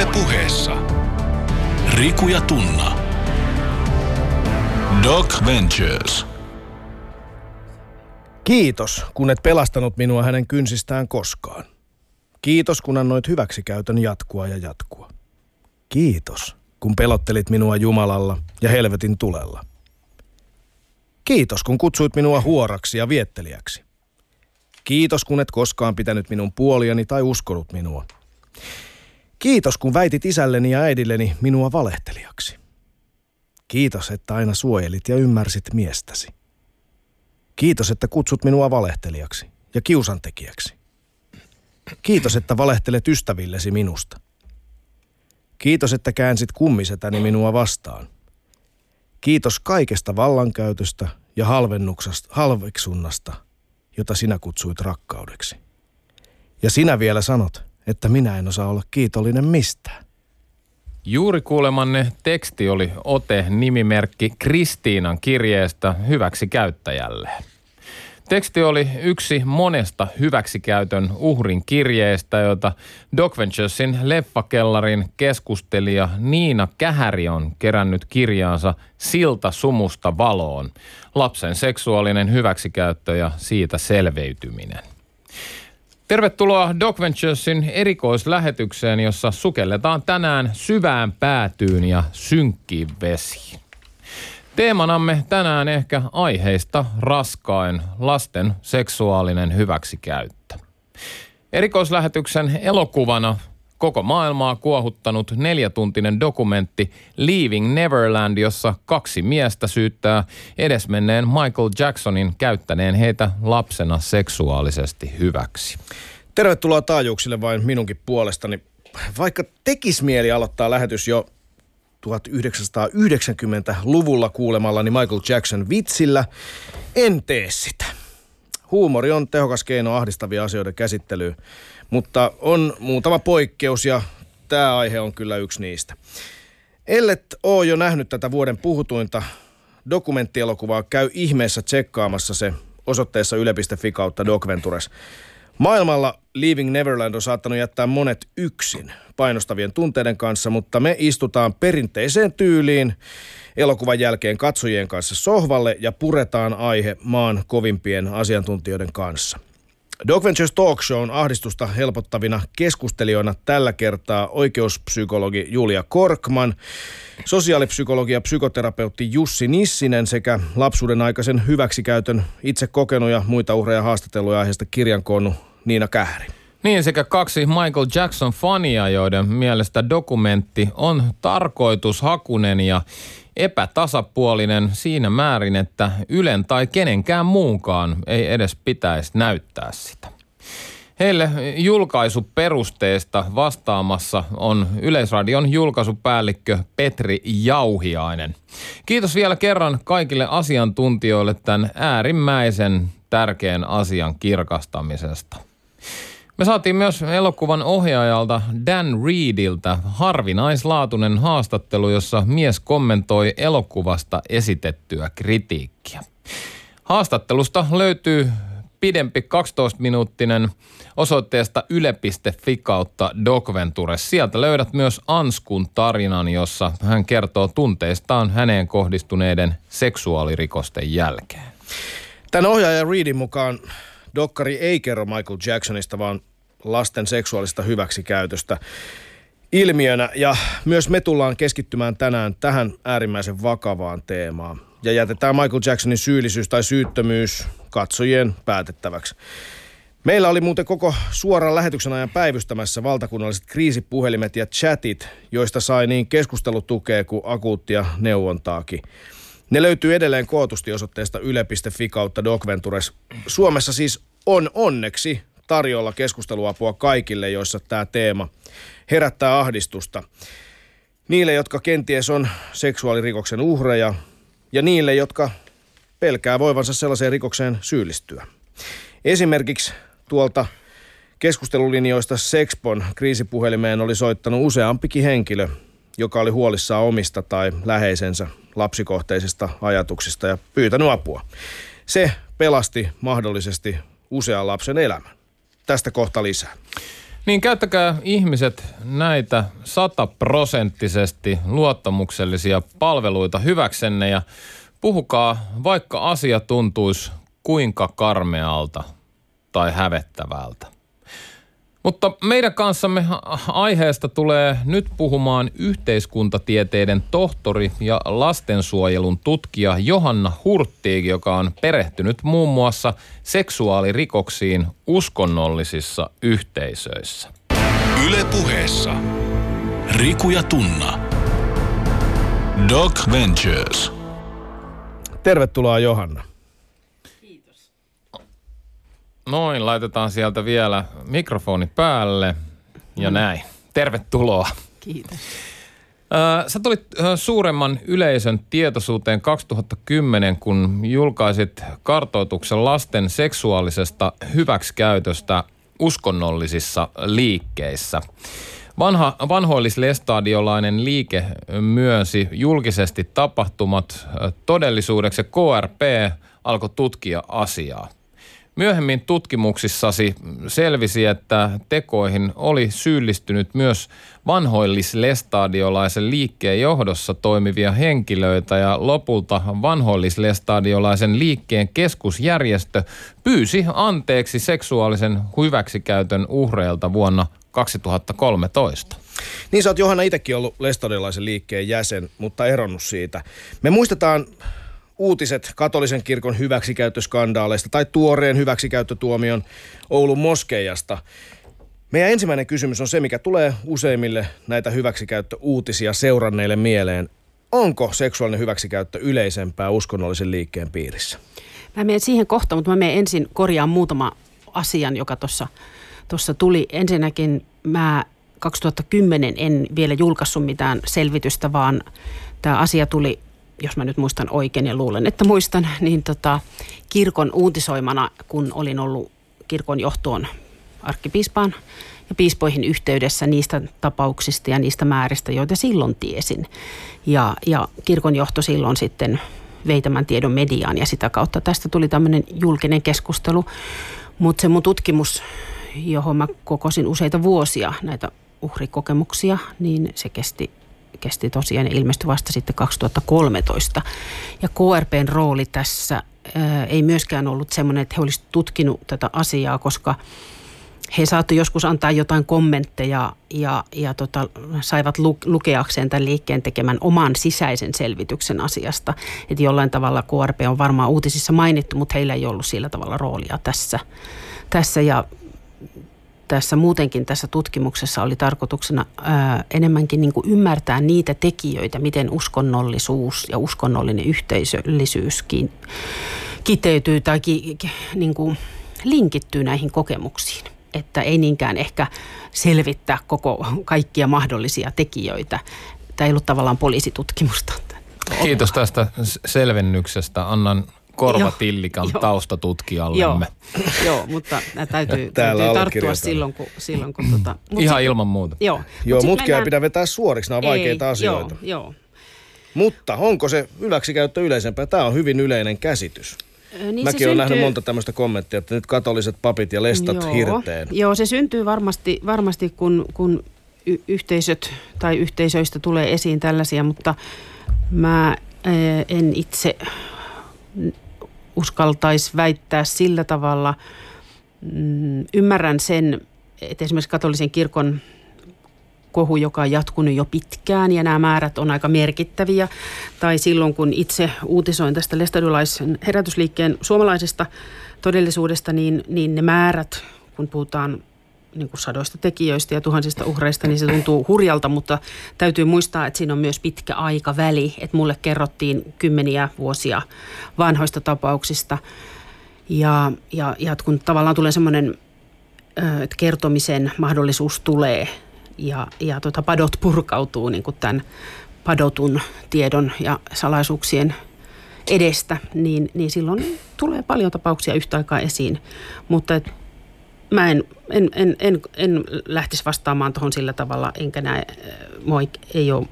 Yle Puheessa Riku ja Tunna. Doc Ventures. Kiitos, kun et pelastanut minua hänen kynsistään koskaan. Kiitos, kun annoit hyväksikäytön jatkua ja jatkua. Kiitos, kun pelottelit minua Jumalalla ja helvetin tulella. Kiitos, kun kutsuit minua huoraksi ja viettelijäksi. Kiitos, kun et koskaan pitänyt minun puoliani tai uskonut minua. Kiitos, kun väitit isälleni ja äidilleni minua valehtelijaksi. Kiitos, että aina suojelit ja ymmärsit miestäsi. Kiitos, että kutsut minua valehtelijaksi ja kiusantekijäksi. Kiitos, että valehtelet ystävillesi minusta. Kiitos, että käänsit kummisetäni minua vastaan. Kiitos kaikesta vallankäytöstä ja halveksunnasta, jota sinä kutsuit rakkaudeksi. Ja sinä vielä sanot, että minä en osaa olla kiitollinen mistään. Juuri kuulemanne teksti oli ote nimimerkki Kristiinan kirjeestä hyväksikäyttäjälle. Teksti oli yksi monesta hyväksikäytön uhrin kirjeestä, jota Doc Venturesin leffakellarin keskustelija Niina Kähäri on kerännyt kirjaansa Silta sumusta valoon. Lapsen seksuaalinen hyväksikäyttö ja siitä selviytyminen. Tervetuloa Doc Venturesin erikoislähetykseen, jossa sukelletaan tänään syvään päätyyn ja synkkiin vesiin. Teemanamme tänään ehkä aiheista raskain lasten seksuaalinen hyväksikäyttö. Erikoislähetyksen elokuvana koko maailmaa kuohuttanut 4-tuntinen dokumentti Leaving Neverland, jossa 2 miestä syyttää edesmenneen Michael Jacksonin käyttäneen heitä lapsena seksuaalisesti hyväksi. Tervetuloa taajuuksille vain minunkin puolestani. Vaikka tekis mieli aloittaa lähetys jo 1990-luvulla kuulemallani Michael Jackson vitsillä, en tee sitä. Huumori on tehokas keino ahdistavia asioiden käsittelyyn, mutta on muutama poikkeus ja tämä aihe on kyllä yksi niistä. Ellet ole jo nähnyt tätä vuoden puhutuinta dokumenttielokuvaa, käy ihmeessä tsekkaamassa se osoitteessa yle.fi/Doc Ventures. Maailmalla Leaving Neverland on saattanut jättää monet yksin painostavien tunteiden kanssa, mutta me istutaan perinteiseen tyyliin elokuvan jälkeen katsojien kanssa sohvalle ja puretaan aihe maan kovimpien asiantuntijoiden kanssa. Doc Ventures Talk Shown ahdistusta helpottavina keskustelijoina tällä kertaa oikeuspsykologi Julia Korkman, sosiaalipsykologi ja psykoterapeutti Jussi Nissinen sekä lapsuuden aikaisen hyväksikäytön itse kokenut ja muita uhreja haastatellut aiheesta kirjan koonnut Niina Kähäri. Niin, sekä 2 Michael Jackson-fania, joiden mielestä dokumentti on tarkoitushakunen ja epätasapuolinen siinä määrin, että Ylen tai kenenkään muunkaan ei edes pitäisi näyttää sitä. Heille julkaisuperusteesta vastaamassa on Yleisradion julkaisupäällikkö Petri Jauhiainen. Kiitos vielä kerran kaikille asiantuntijoille tämän äärimmäisen tärkeän asian kirkastamisesta. Me saatiin myös elokuvan ohjaajalta Dan Reediltä harvinaislaatuinen haastattelu, jossa mies kommentoi elokuvasta esitettyä kritiikkiä. Haastattelusta löytyy pidempi 12-minuuttinen osoitteesta yle.fi/Doc Ventures. Sieltä löydät myös Anskun tarinan, jossa hän kertoo tunteistaan häneen kohdistuneiden seksuaalirikosten jälkeen. Tämän ohjaajan Reedin mukaan dokkari ei kerro Michael Jacksonista, vaan lasten seksuaalista hyväksikäytöstä ilmiönä. Ja myös me tullaan keskittymään tänään tähän äärimmäisen vakavaan teemaan. Ja jätetään Michael Jacksonin syyllisyys tai syyttömyys katsojien päätettäväksi. Meillä oli muuten koko suoran lähetyksen ajan päivystämässä valtakunnalliset kriisipuhelimet ja chatit, joista sai niin keskustelutukea kuin akuuttia neuvontaakin. Ne löytyy edelleen kootusti osoitteesta yle.fi/Doc Ventures. Suomessa siis on onneksi tarjolla keskusteluapua kaikille, joissa tämä teema herättää ahdistusta. Niille, jotka kenties on seksuaalirikoksen uhreja ja niille, jotka pelkää voivansa sellaiseen rikokseen syyllistyä. Esimerkiksi tuolta keskustelulinjoista Sexpon kriisipuhelimeen oli soittanut useampikin henkilö, joka oli huolissaan omista tai läheisensä lapsikohteisista ajatuksista ja pyytänyt apua. Se pelasti mahdollisesti usean lapsen elämän. Tästä kohta lisää. Niin käyttäkää ihmiset näitä 100% luottamuksellisia palveluita hyväksenne ja puhukaa, vaikka asia tuntuisi kuinka karmealta tai hävettävältä. Mutta meidän kanssamme aiheesta tulee nyt puhumaan yhteiskuntatieteiden tohtori ja lastensuojelun tutkija Johanna Hurtig, joka on perehtynyt muun muassa seksuaalirikoksiin uskonnollisissa yhteisöissä. Yle Puheessa Riku ja Tunna. Doc Ventures. Tervetuloa Johanna. Noin, laitetaan sieltä vielä mikrofoni päälle ja näin. Tervetuloa. Kiitos. Sä tulit suuremman yleisön tietoisuuteen 2010, kun julkaisit kartoituksen lasten seksuaalisesta hyväksikäytöstä uskonnollisissa liikkeissä. Vanhoillislestadiolainen liike myönsi julkisesti tapahtumat todellisuudeksi ja KRP alkoi tutkia asiaa. Myöhemmin tutkimuksissasi selvisi, että tekoihin oli syyllistynyt myös vanhoillislestadiolaisen liikkeen johdossa toimivia henkilöitä ja lopulta vanhoillislestadiolaisen liikkeen keskusjärjestö pyysi anteeksi seksuaalisen hyväksikäytön uhreilta vuonna 2013. Niin sä oot Johanna itsekin ollut lestadiolaisen liikkeen jäsen, mutta eronnut siitä. Me muistetaan uutiset katolisen kirkon hyväksikäyttöskandaaleista tai tuoreen hyväksikäyttötuomion Oulun moskeijasta. Meidän ensimmäinen kysymys on se, mikä tulee useimmille näitä hyväksikäyttöuutisia seuranneille mieleen. Onko seksuaalinen hyväksikäyttö yleisempää uskonnollisen liikkeen piirissä? Mä menen siihen kohtaan, mutta mä menen ensin korjaan muutama asian, joka tuossa tuli. Ensinnäkin mä 2010 en vielä julkaissut mitään selvitystä, vaan tämä asia tuli, jos mä nyt muistan oikein ja luulen, että muistan, niin kirkon uutisoimana, kun olin ollut kirkon johtoon arkkipiispaan ja piispoihin yhteydessä niistä tapauksista ja niistä määristä, joita silloin tiesin. Ja kirkon johto silloin sitten vei tämän tiedon mediaan ja sitä kautta tästä tuli tämmöinen julkinen keskustelu. Mutta se mun tutkimus, johon mä kokosin useita vuosia näitä uhrikokemuksia, niin se kesti tosiaan ja ilmestyi vasta sitten 2013. Ja KRPn rooli tässä ei myöskään ollut semmoinen, että he olisivat tutkinut tätä asiaa, koska he saattoivat joskus antaa jotain kommentteja ja saivat lukeakseen tämän liikkeen tekemän oman sisäisen selvityksen asiasta. Että jollain tavalla KRP on varmaan uutisissa mainittu, mutta heillä ei ollut sillä tavalla roolia tässä ja tässä muutenkin tässä tutkimuksessa oli tarkoituksena enemmänkin niin kuin ymmärtää niitä tekijöitä, miten uskonnollisuus ja uskonnollinen yhteisöllisyys kiteytyy tai niin kuin linkittyy näihin kokemuksiin. Että ei niinkään ehkä selvittää kaikkia mahdollisia tekijöitä. Tämä ei ollut tavallaan poliisitutkimusta. Kiitos tästä selvennyksestä. Annan korvatillikan taustatutkijalle. Joo, mutta täytyy tarttua silloin kun ihan ilman muuta. Joo, mutkia ei pidä vetää suoriksi, nämä on vaikeita asioita. Joo. Mutta onko se hyväksikäyttö yleisempää? Tämä on hyvin yleinen käsitys. Niin mäkin olen nähnyt monta tämmöistä kommenttia, että nyt katoliset papit ja lestat hirteen. Joo, se syntyy varmasti kun yhteisöt tai yhteisöistä tulee esiin tällaisia, mutta mä en itse uskaltaisi väittää sillä tavalla. Ymmärrän sen, että esimerkiksi katolisen kirkon kohu, joka on jatkunut jo pitkään ja nämä määrät on aika merkittäviä. Tai silloin, kun itse uutisoin tästä lestadiolaisen herätysliikkeen suomalaisesta todellisuudesta, niin ne määrät, kun puhutaan niin kuin sadoista tekijöistä ja tuhansista uhreista, niin se tuntuu hurjalta, mutta täytyy muistaa, että siinä on myös pitkä aikaväli. Että mulle kerrottiin kymmeniä vuosia vanhoista tapauksista ja kun tavallaan tulee semmoinen, että kertomisen mahdollisuus tulee ja padot purkautuu niin kuin tämän padotun tiedon ja salaisuuksien edestä, niin silloin tulee paljon tapauksia yhtä aikaa esiin, mutta mä en lähtisi vastaamaan tuohon sillä tavalla, enkä näe, ei ole,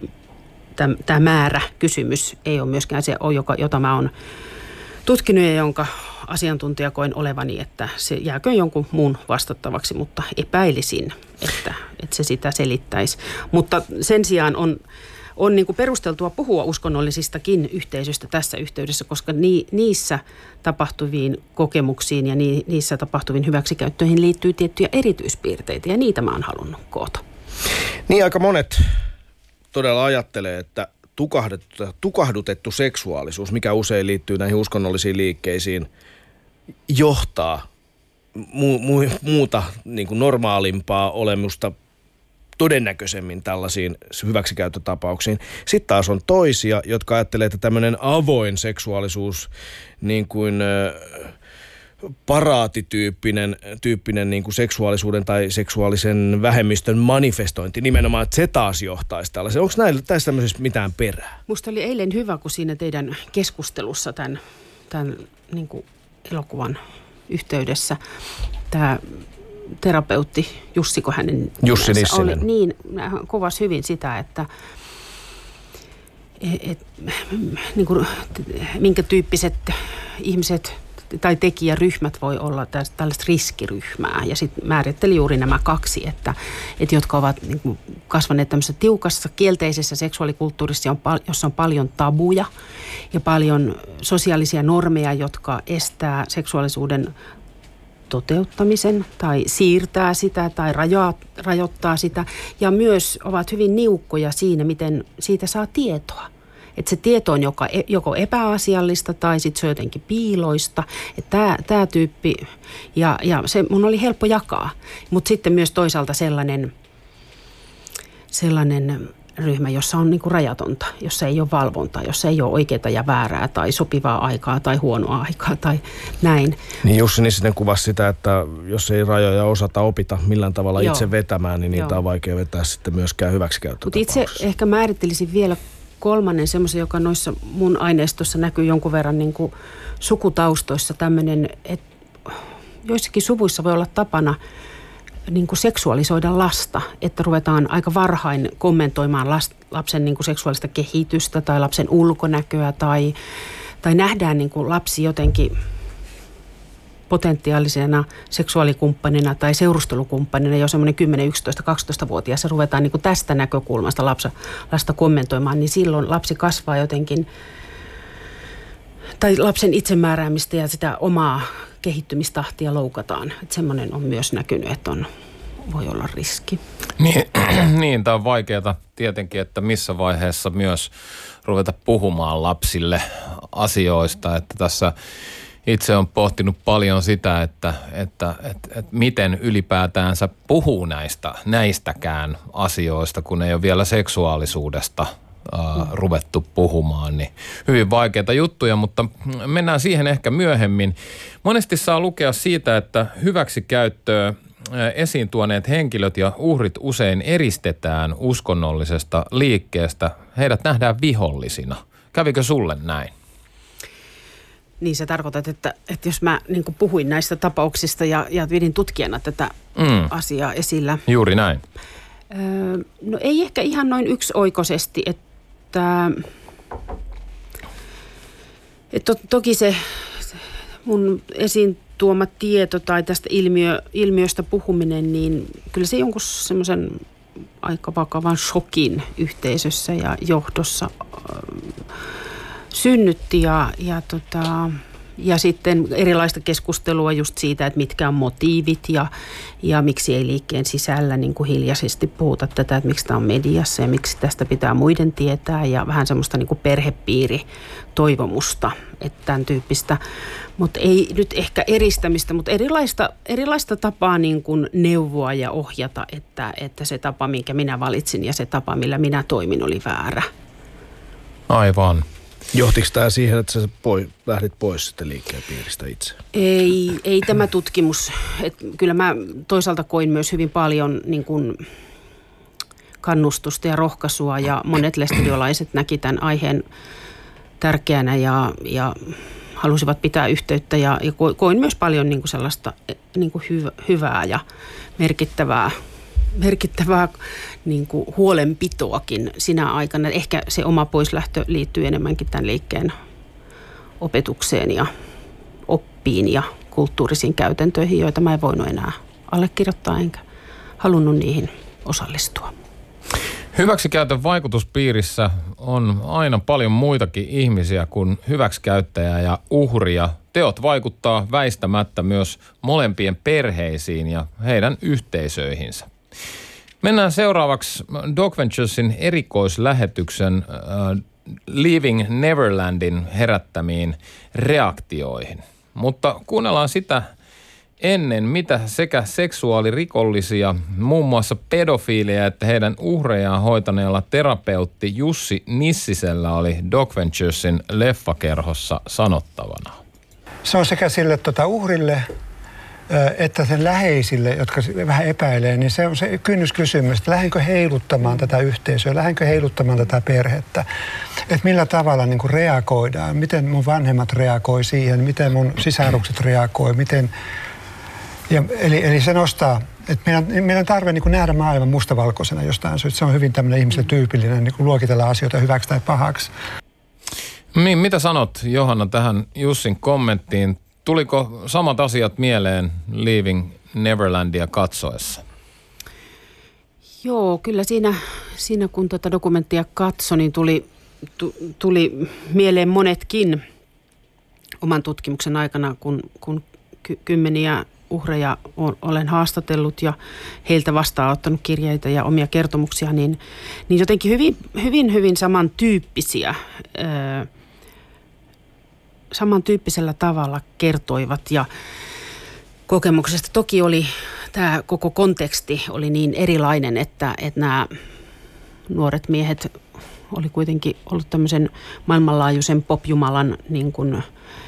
tämä määrä kysymys ei ole myöskään se, jota mä oon tutkinut ja jonka asiantuntija koen olevani, että se jääkö jonkun muun vastattavaksi, mutta epäilisin, että se sitä selittäisi. Mutta sen sijaan on niin kuin perusteltua puhua uskonnollisistakin yhteisöistä tässä yhteydessä, koska niissä tapahtuviin kokemuksiin ja niissä tapahtuviin hyväksikäyttöihin liittyy tiettyjä erityispiirteitä, ja niitä mä oon halunnut koota. Niin aika monet todella ajattelee, että tukahdutettu seksuaalisuus, mikä usein liittyy näihin uskonnollisiin liikkeisiin, johtaa muuta niin kuin normaalimpaa olemusta todennäköisemmin tällaisiin hyväksikäyttötapauksiin. Sitten taas on toisia, jotka ajattelee, että tämmöinen avoin seksuaalisuus, niin kuin paraatityyppinen niin kuin seksuaalisuuden tai seksuaalisen vähemmistön manifestointi, nimenomaan, että se taas johtaisi tällaisen. Onko tässä tämmöisessä mitään perää? Musta oli eilen hyvä, kun siinä teidän keskustelussa tämän niin kuin elokuvan yhteydessä tämä terapeutti Jussiko hänen Jussi Nissinen oli, niin kuvasi hyvin sitä, että niin kuin, minkä tyyppiset ihmiset tai tekijäryhmät voi olla tällaista riskiryhmää. Ja sitten määritteli juuri nämä kaksi, että jotka ovat niin kuin kasvaneet tämmöisessä tiukassa kielteisessä seksuaalikulttuurissa, jossa on paljon tabuja ja paljon sosiaalisia normeja, jotka estää seksuaalisuuden toteuttamisen tai siirtää sitä tai rajoittaa sitä. Ja myös ovat hyvin niukkoja siinä, miten siitä saa tietoa. Että se tieto on joko epäasiallista tai sitten se on jotenkin piiloista. Että tämä tyyppi, ja se mun oli helppo jakaa. Mutta sitten myös toisaalta sellainen ryhmä, jossa on niinku rajatonta, jossa ei ole valvontaa, jossa ei ole oikeaa ja väärää tai sopivaa aikaa tai huonoa aikaa tai näin. Niin Jussi Nissinen kuvasi sitä, että jos ei rajoja osata opita millään tavalla itse vetämään, niin niitä on vaikea vetää sitten myöskään hyväksikäyttötapauksessa. Mutta itse ehkä määrittelisin vielä kolmannen semmoisen, joka noissa mun aineistossa näkyy jonkun verran niin kuin sukutaustoissa tämmöinen, että joissakin suvuissa voi olla tapana niin kuin seksuaalisoida lasta, että ruvetaan aika varhain kommentoimaan lapsen niin kuin seksuaalista kehitystä tai lapsen ulkonäköä tai nähdään niin kuin lapsi jotenkin potentiaalisena seksuaalikumppanina tai seurustelukumppanina jo semmoinen 10, 11, 12-vuotias ja ruvetaan niin kuin tästä näkökulmasta lasta kommentoimaan, niin silloin lapsi kasvaa jotenkin, tai lapsen itsemääräämistä ja sitä omaa kehittymistahtia loukataan. Että semmoinen on myös näkynyt, että voi olla riski. Niin, tämä on vaikeaa tietenkin, että missä vaiheessa myös ruveta puhumaan lapsille asioista, että tässä itse olen pohtinut paljon sitä, että miten ylipäätäänsä puhuu näistäkään asioista, kun ei ole vielä seksuaalisuudesta ruvettu puhumaan, niin hyvin vaikeita juttuja, mutta mennään siihen ehkä myöhemmin. Monesti saa lukea siitä, että hyväksikäyttöä esiin tuoneet henkilöt ja uhrit usein eristetään uskonnollisesta liikkeestä. Heidät nähdään vihollisina. Kävikö sulle näin? Niin sä tarkoitat, että jos mä niin kuin puhuin näistä tapauksista ja pidin tutkijana tätä asiaa esillä. Juuri näin. No ei ehkä ihan noin yksioikoisesti, että toki se mun esiin tuoma tieto tai tästä ilmiöstä puhuminen, niin kyllä se jonkun semmoisen aika vakavan shokin yhteisössä ja johdossa synnytti ja sitten erilaista keskustelua just siitä, että mitkä on motiivit ja miksi ei liikkeen sisällä niin kuin hiljaisesti puhuta tätä, että miksi tämä on mediassa ja miksi tästä pitää muiden tietää ja vähän semmoista niin kuin perhepiiritoivomusta, että tämän tyyppistä. Mutta ei nyt ehkä eristämistä, mutta erilaista tapaa niin kuin neuvoa ja ohjata, että se tapa, minkä minä valitsin ja se tapa, millä minä toimin, oli väärä. Aivan. Johtiko tämä siihen, että sä lähdit pois sitten liikkeen piiristä itse? Ei tämä tutkimus. Kyllä mä toisaalta koin myös hyvin paljon niin kuin kannustusta ja rohkaisua ja monet lestadiolaiset näki tämän aiheen tärkeänä ja halusivat pitää yhteyttä ja koin myös paljon niin kuin sellaista niin kuin hyvää ja merkittävää niin kuin huolenpitoakin sinä aikana. Ehkä se oma poislähtö liittyy enemmänkin tämän liikkeen opetukseen ja oppiin ja kulttuurisiin käytäntöihin, joita mä en voinut enää allekirjoittaa enkä halunnut niihin osallistua. Hyväksikäytön vaikutuspiirissä on aina paljon muitakin ihmisiä kuin hyväksikäyttäjää ja uhria. Teot vaikuttaa väistämättä myös molempien perheisiin ja heidän yhteisöihinsä. Mennään seuraavaksi Dog Venturesin erikoislähetyksen Leaving Neverlandin herättämiin reaktioihin. Mutta kuunnellaan sitä ennen, mitä sekä seksuaalirikollisia, muun muassa pedofiileja, että heidän uhrejaan hoitaneella terapeutti Jussi Nissisellä oli Dog Venturesin leffakerhossa sanottavana. Se on sekä sille uhrille että sen läheisille, jotka vähän epäilee, niin se on se kynnyskysymys, että lähdenkö heiluttamaan tätä yhteisöä, lähdenkö heiluttamaan tätä perhettä, että millä tavalla niin kuin reagoidaan, miten mun vanhemmat reagoi siihen, miten mun sisarukset reagoi, miten. Eli se nostaa, että meidän on tarve niin kuin nähdä maailman mustavalkoisena jostain syystä. Se on hyvin tämmöinen ihmiselle tyypillinen niin kuin luokitella asioita hyväksi tai pahaksi. Niin, mitä sanot, Johanna, tähän Jussin kommenttiin? Tuliko samat asiat mieleen Leaving Neverlandia katsoessa? Joo, kyllä siinä kun tuota dokumenttia katsoi, niin tuli mieleen monetkin oman tutkimuksen aikana, kun kymmeniä uhreja olen haastatellut ja heiltä vastaanottanut kirjeitä ja omia kertomuksia, niin jotenkin hyvin samantyyppisellä tavalla kertoivat ja kokemuksesta toki oli tämä koko konteksti oli niin erilainen, että nämä nuoret miehet oli kuitenkin ollut tämmöisen maailmanlaajuisen pop-jumalan niin kuin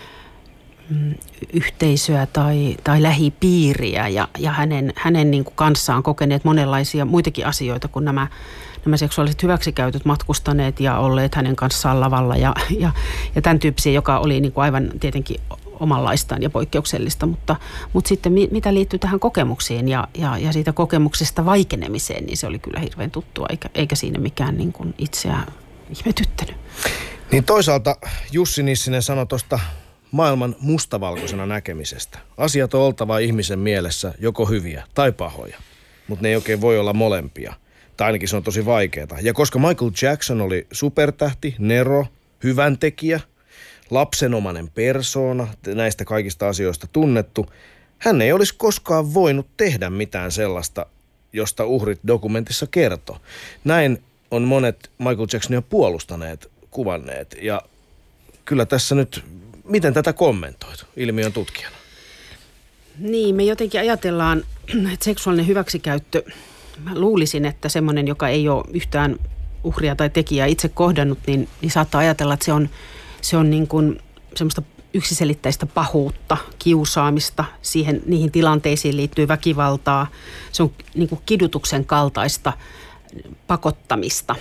yhteisöä tai lähipiiriä ja hänen niin kuin kanssaan kokeneet monenlaisia muitakin asioita kuin nämä seksuaaliset hyväksikäytöt, matkustaneet ja olleet hänen kanssaan lavalla ja tämän tyyppisiä, joka oli niin kuin aivan tietenkin omanlaistaan ja poikkeuksellista, mutta sitten mitä liittyy tähän kokemuksiin ja siitä kokemuksesta vaikenemiseen, niin se oli kyllä hirveän tuttua, eikä siinä mikään niin kuin itseään ihmetyttänyt. Niin toisaalta Jussi Nissinen sanoi tuosta maailman mustavalkoisena näkemisestä. Asiat on oltava ihmisen mielessä joko hyviä tai pahoja, mutta ne ei oikein voi olla molempia. Tai ainakin se on tosi vaikeaa. Ja koska Michael Jackson oli supertähti, nero, hyväntekijä, lapsenomainen persoona, näistä kaikista asioista tunnettu, hän ei olisi koskaan voinut tehdä mitään sellaista, josta uhrit dokumentissa kertoo. Näin on monet Michael Jacksonia puolustaneet, kuvanneet. Ja kyllä tässä nyt, miten tätä kommentoit ilmiön tutkijana? Niin, me jotenkin ajatellaan, että seksuaalinen hyväksikäyttö, mä luulisin, että semmoinen, joka ei ole yhtään uhria tai tekijää itse kohdannut, niin saattaa ajatella, että se on niin kuin semmoista yksiselitteistä pahuutta, kiusaamista, niihin tilanteisiin liittyy väkivaltaa. Se on niin kuin kidutuksen kaltaista pakottamista.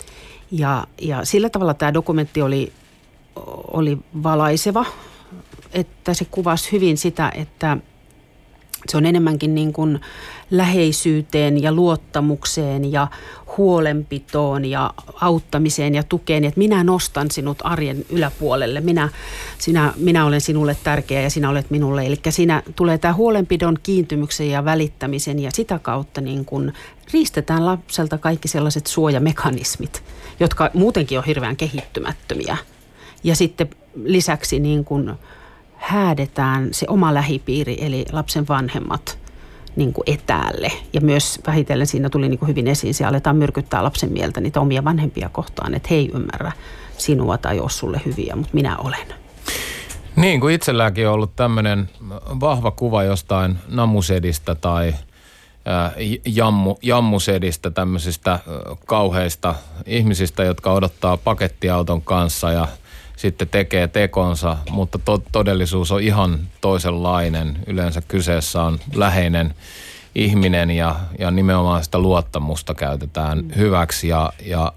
Ja sillä tavalla tämä dokumentti oli valaiseva, että se kuvasi hyvin sitä, että se on enemmänkin niin kuin läheisyyteen ja luottamukseen ja huolenpitoon ja auttamiseen ja tukeen, että minä nostan sinut arjen yläpuolelle. Minä olen sinulle tärkeä ja sinä olet minulle. Eli siinä tulee tämä huolenpidon, kiintymyksen ja välittämisen ja sitä kautta niin kuin riistetään lapselta kaikki sellaiset suojamekanismit, jotka muutenkin on hirveän kehittymättömiä. Ja sitten lisäksi niin kuin häädetään se oma lähipiiri, eli lapsen vanhemmat niin kuin etäälle. Ja myös vähitellen siinä tuli niin kuin hyvin esiin, se aletaan myrkyttää lapsen mieltä niitä omia vanhempia kohtaan, että he ei ymmärrä sinua tai ole sulle hyviä, mutta minä olen. Niin, kuin itselläänkin on ollut tämmöinen vahva kuva jostain namusedistä tai jammusedistä, tämmöisistä kauheista ihmisistä, jotka odottaa pakettiauton kanssa ja sitten tekee tekonsa, mutta todellisuus on ihan toisenlainen. Yleensä kyseessä on läheinen ihminen ja nimenomaan sitä luottamusta käytetään hyväksi ja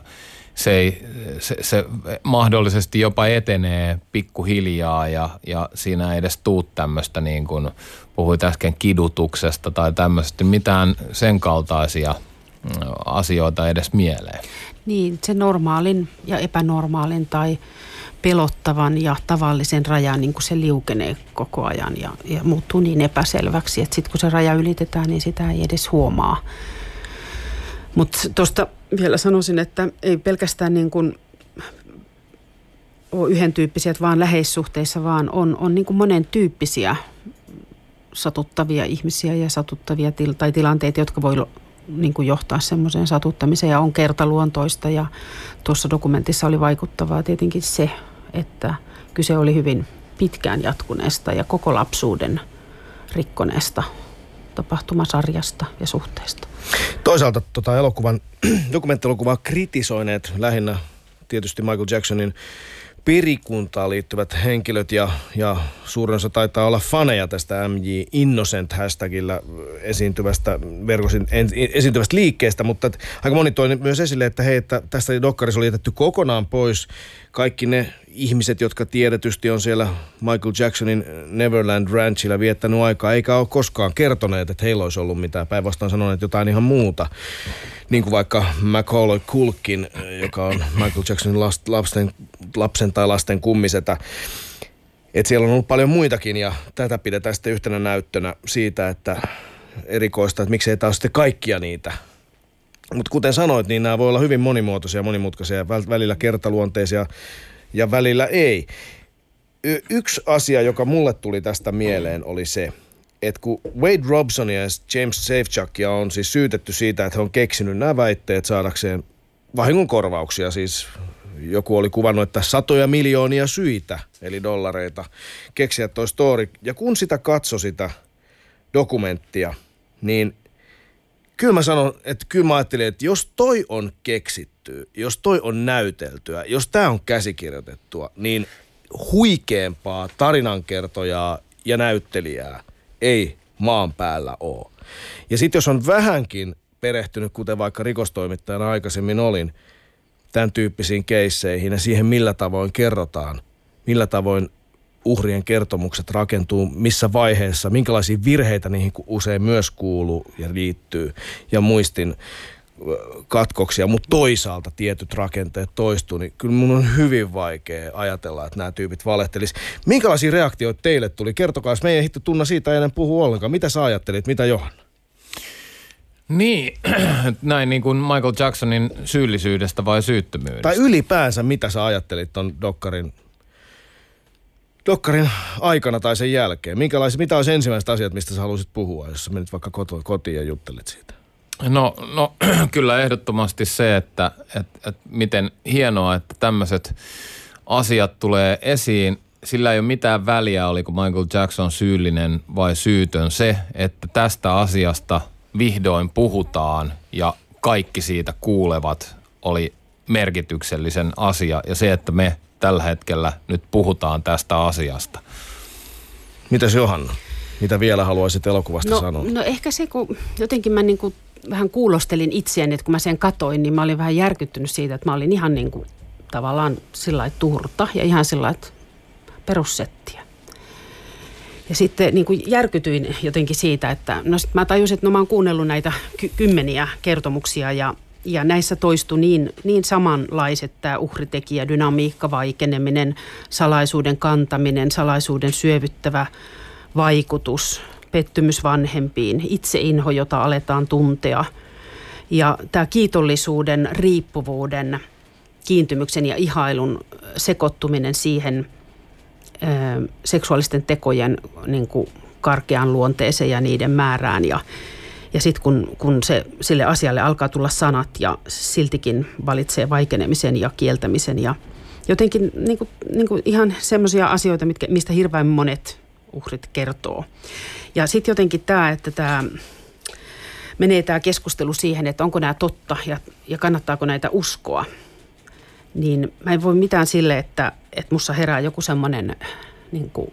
se mahdollisesti jopa etenee pikkuhiljaa ja siinä ei edes tuu tämmöistä, niin kuin puhuit äsken kidutuksesta tai tämmöistä, mitään sen kaltaisia asioita edes mieleen. Niin, se normaalin ja epänormaalin tai pelottavan ja tavallisen rajan, niin kuin se liukenee koko ajan ja muuttuu niin epäselväksi, että sitten kun se raja ylitetään, niin sitä ei edes huomaa. Mutta tuosta vielä sanoisin, että ei pelkästään niin kuin ole yhden tyyppisiä, vaan läheissuhteissa, vaan on niin kuin monen tyyppisiä satuttavia ihmisiä ja satuttavia tai tilanteita, jotka voi niin kuin johtaa semmoiseen satuttamiseen ja on kertaluontoista. Ja tuossa dokumentissa oli vaikuttavaa tietenkin se, että kyse oli hyvin pitkään jatkuneesta ja koko lapsuuden rikkoneesta tapahtumasarjasta ja suhteesta. Toisaalta dokumenttielokuvaa kritisoineet lähinnä tietysti Michael Jacksonin perikuntaan liittyvät henkilöt ja suurin osa taitaa olla faneja tästä MJ Innocent hashtagillä esiintyvästä liikkeestä, mutta aika moni toi myös esille, että hei, että tästä dokkarissa oli jätetty kokonaan pois kaikki ne ihmiset, jotka tiedetysti on siellä Michael Jacksonin Neverland Ranchilla viettänyt aikaa, eikä ole koskaan kertoneet, että heillä olisi ollut mitään. Päinvastoin sanoneet jotain ihan muuta. Niin kuin vaikka Macaulay Culkin, joka on Michael Jacksonin lapsen tai lasten kummisetä. Että siellä on ollut paljon muitakin ja tätä pidetään sitten yhtenä näyttönä siitä, että erikoista, että miksei tämä ole sitten kaikkia niitä. Mutta kuten sanoit, niin nämä voi olla hyvin monimuotoisia, monimutkaisia, välillä kertaluonteisia ja välillä ei. Yksi asia, joka mulle tuli tästä mieleen, oli se, että kun Wade Robsonia ja James Safechuckia on siis syytetty siitä, että he on keksinyt nämä väitteet saadakseen vahingonkorvauksia, siis joku oli kuvannut, että satoja miljoonia syitä, eli dollareita, keksiä toi story. Ja kun sitä katsoi sitä dokumenttia, niin kyllä mä sanon, että kyllä mä ajattelin, että jos toi on keksitty, jos toi on näyteltyä, jos tää on käsikirjoitettua, niin huikeampaa tarinankertojaa ja näyttelijää ei maan päällä ole. Ja sitten jos on vähänkin perehtynyt, kuten vaikka rikostoimittajana aikaisemmin olin, tämän tyyppisiin keisseihin ja siihen millä tavoin kerrotaan, millä tavoin uhrien kertomukset rakentuu, missä vaiheessa, minkälaisia virheitä niihin usein myös kuuluu ja liittyy ja muistin katkoksia, mutta toisaalta tietyt rakenteet toistuu, niin kyllä mun on hyvin vaikea ajatella, että nämä tyypit valehtelis. Minkälaisia reaktioita teille tuli? Kertokaa, jos me ei ehti tunna siitä ei enää puhu ollenkaan. Mitä sä ajattelit? Mitä Johanna? Niin, näin niin kuin Michael Jacksonin syyllisyydestä vai syyttömyydestä? Tai ylipäänsä, mitä sä ajattelit ton dokkarin aikana tai sen jälkeen? Mitä olisi ensimmäiset asiat, mistä sä haluaisit puhua, jos sä menit vaikka kotiin ja juttelit siitä? No kyllä ehdottomasti se, että miten hienoa, että tämmöiset asiat tulee esiin. Sillä ei ole mitään väliä, oliko Michael Jackson syyllinen vai syytön. Se, että tästä asiasta vihdoin puhutaan ja kaikki siitä kuulevat, oli merkityksellisen asia. Ja se, että me tällä hetkellä nyt puhutaan tästä asiasta. Mitäs Johanna? Mitä vielä haluaisit elokuvasta sanoa? No ehkä se, kun jotenkin mä niin kuin vähän kuulostelin itseäni, että kun mä sen katoin, niin mä olin vähän järkyttynyt siitä, että mä olin ihan niin kuin tavallaan sillä lailla turta ja ihan sillä lailla perussettiä. Ja sitten niin kuin järkytyin jotenkin siitä, että no sit mä tajusin, että no mä oon kuunnellut näitä kymmeniä kertomuksia ja näissä toistui niin samanlaiset tämä uhritekijä, dynamiikka, vaikeneminen, salaisuuden kantaminen, salaisuuden syövyttävä vaikutus, pettymys vanhempiin, itseinho, jota aletaan tuntea. Ja tämä kiitollisuuden, riippuvuuden, kiintymyksen ja ihailun sekoittuminen siihen seksuaalisten tekojen niin kuin karkeaan luonteeseen ja niiden määrään. Ja sitten kun sille asialle alkaa tulla sanat ja siltikin valitsee vaikenemisen ja kieltämisen ja jotenkin niin kuin ihan semmoisia asioita, mistä hirveän monet uhrit kertoo. Ja sitten jotenkin tämä menee tämä keskustelu siihen, että onko nämä totta ja kannattaako näitä uskoa. Niin mä en voi mitään sille, että musta herää joku semmoinen niin kuin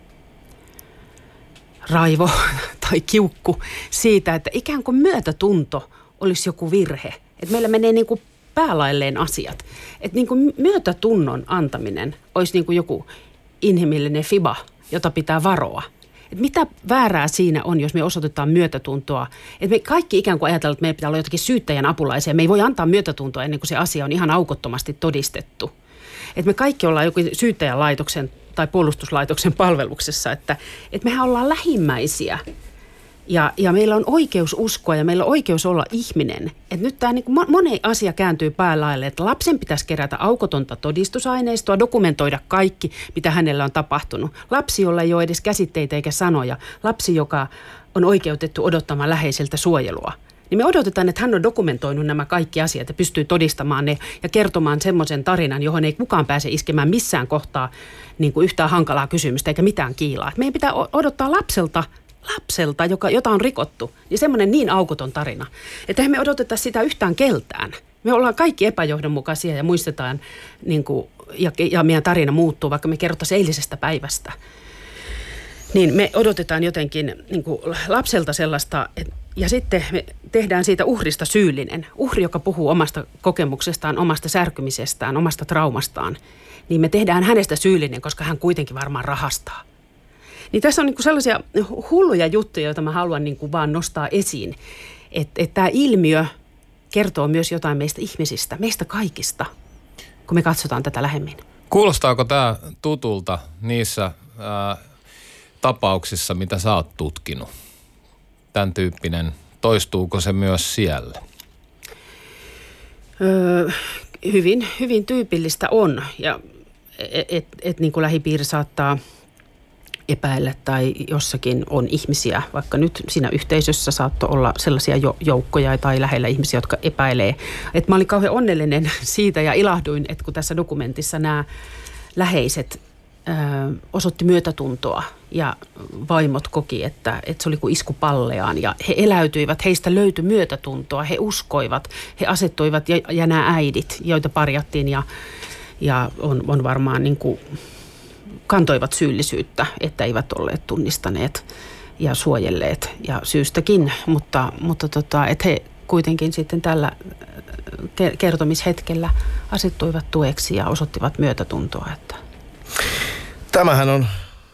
raivo tai kiukku siitä, että ikään kuin myötätunto olisi joku virhe. Että meillä menee niin kuin päälailleen asiat. Että niin kuin myötätunnon antaminen olisi niin kuin joku inhimillinen fiba, jota pitää varoa. Että mitä väärää siinä on, jos me osoitetaan myötätuntoa? Että me kaikki ikään kuin ajatellaan, että meidän pitää olla jotakin syyttäjän apulaisia. Me ei voi antaa myötätuntoa ennen kuin se asia on ihan aukottomasti todistettu. Että me kaikki ollaan joku syyttäjän laitoksen tai puolustuslaitoksen palveluksessa, että mehän ollaan lähimmäisiä. Ja meillä on oikeus uskoa ja meillä on oikeus olla ihminen. Että nyt tämä niin kuin moni asia kääntyy päälaille, että lapsen pitäisi kerätä aukotonta todistusaineistoa, dokumentoida kaikki, mitä hänellä on tapahtunut. Lapsi, jolla ei ole edes käsitteitä eikä sanoja. Lapsi, joka on oikeutettu odottamaan läheiseltä suojelua. Niin me odotetaan, että hän on dokumentoinut nämä kaikki asiat ja pystyy todistamaan ne ja kertomaan semmoisen tarinan, johon ei kukaan pääse iskemään missään kohtaa niin kuin yhtään hankalaa kysymystä eikä mitään kiilaa. Et meidän pitää odottaa lapselta, jota on rikottu, niin semmoinen niin aukoton tarina, että eihän me odoteta sitä yhtään keltään. Me ollaan kaikki epäjohdonmukaisia ja muistetaan, niin kuin, ja meidän tarina muuttuu, vaikka me kerrottaisiin eilisestä päivästä. Niin me odotetaan jotenkin niin kuin lapselta sellaista, ja sitten me tehdään siitä uhrista syyllinen. Uhri, joka puhuu omasta kokemuksestaan, omasta särkymisestään, omasta traumastaan, niin me tehdään hänestä syyllinen, koska hän kuitenkin varmaan rahastaa. Niin tässä on niinku sellaisia hulluja juttuja, joita mä haluan niinku vaan nostaa esiin. Että tämä ilmiö kertoo myös jotain meistä ihmisistä, meistä kaikista, kun me katsotaan tätä lähemmin. Kuulostaako tämä tutulta niissä tapauksissa, mitä sä oot tutkinut? Tämän tyyppinen, toistuuko se myös siellä? Hyvin tyypillistä on. Ja et niin kuin lähipiiri saattaa epäillä tai jossakin on ihmisiä, vaikka nyt siinä yhteisössä saattoi olla sellaisia joukkoja tai lähellä ihmisiä, jotka epäilee. Et mä olin kauhean onnellinen siitä ja ilahduin, että kun tässä dokumentissa nämä läheiset osoitti myötätuntoa ja vaimot koki, että se oli kuin isku palleaan ja he eläytyivät, heistä löytyi myötätuntoa, he uskoivat, he asettuivat ja nämä äidit, joita parjattiin ja on varmaan niin kuin kantoivat syyllisyyttä, että eivät olleet tunnistaneet ja suojelleet ja syystäkin, mutta että he kuitenkin sitten tällä kertomishetkellä asettuivat tueksi ja osoittivat myötätuntoa. Että. Tämähän on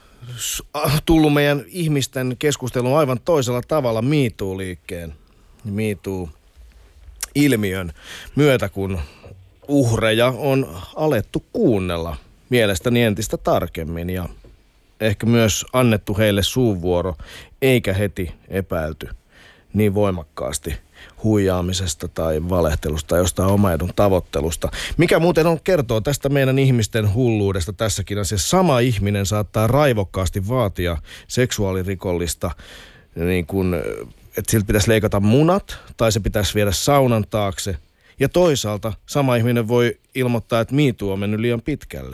tullut meidän ihmisten keskusteluun aivan toisella tavalla Me Too-liikkeen, Me Too-ilmiön myötä, kun uhreja on alettu kuunnella mielestäni entistä tarkemmin ja ehkä myös annettu heille suunvuoro, eikä heti epäilty niin voimakkaasti huijaamisesta tai valehtelusta tai jostain omaedun tavoittelusta. Mikä muuten kertoo tästä meidän ihmisten hulluudesta tässäkin asiassa. Sama ihminen saattaa raivokkaasti vaatia seksuaalirikollista, niin kuin, että siltä pitäisi leikata munat tai se pitäisi viedä saunan taakse. Ja toisaalta sama ihminen voi ilmoittaa, että Me Too on mennyt liian pitkälle.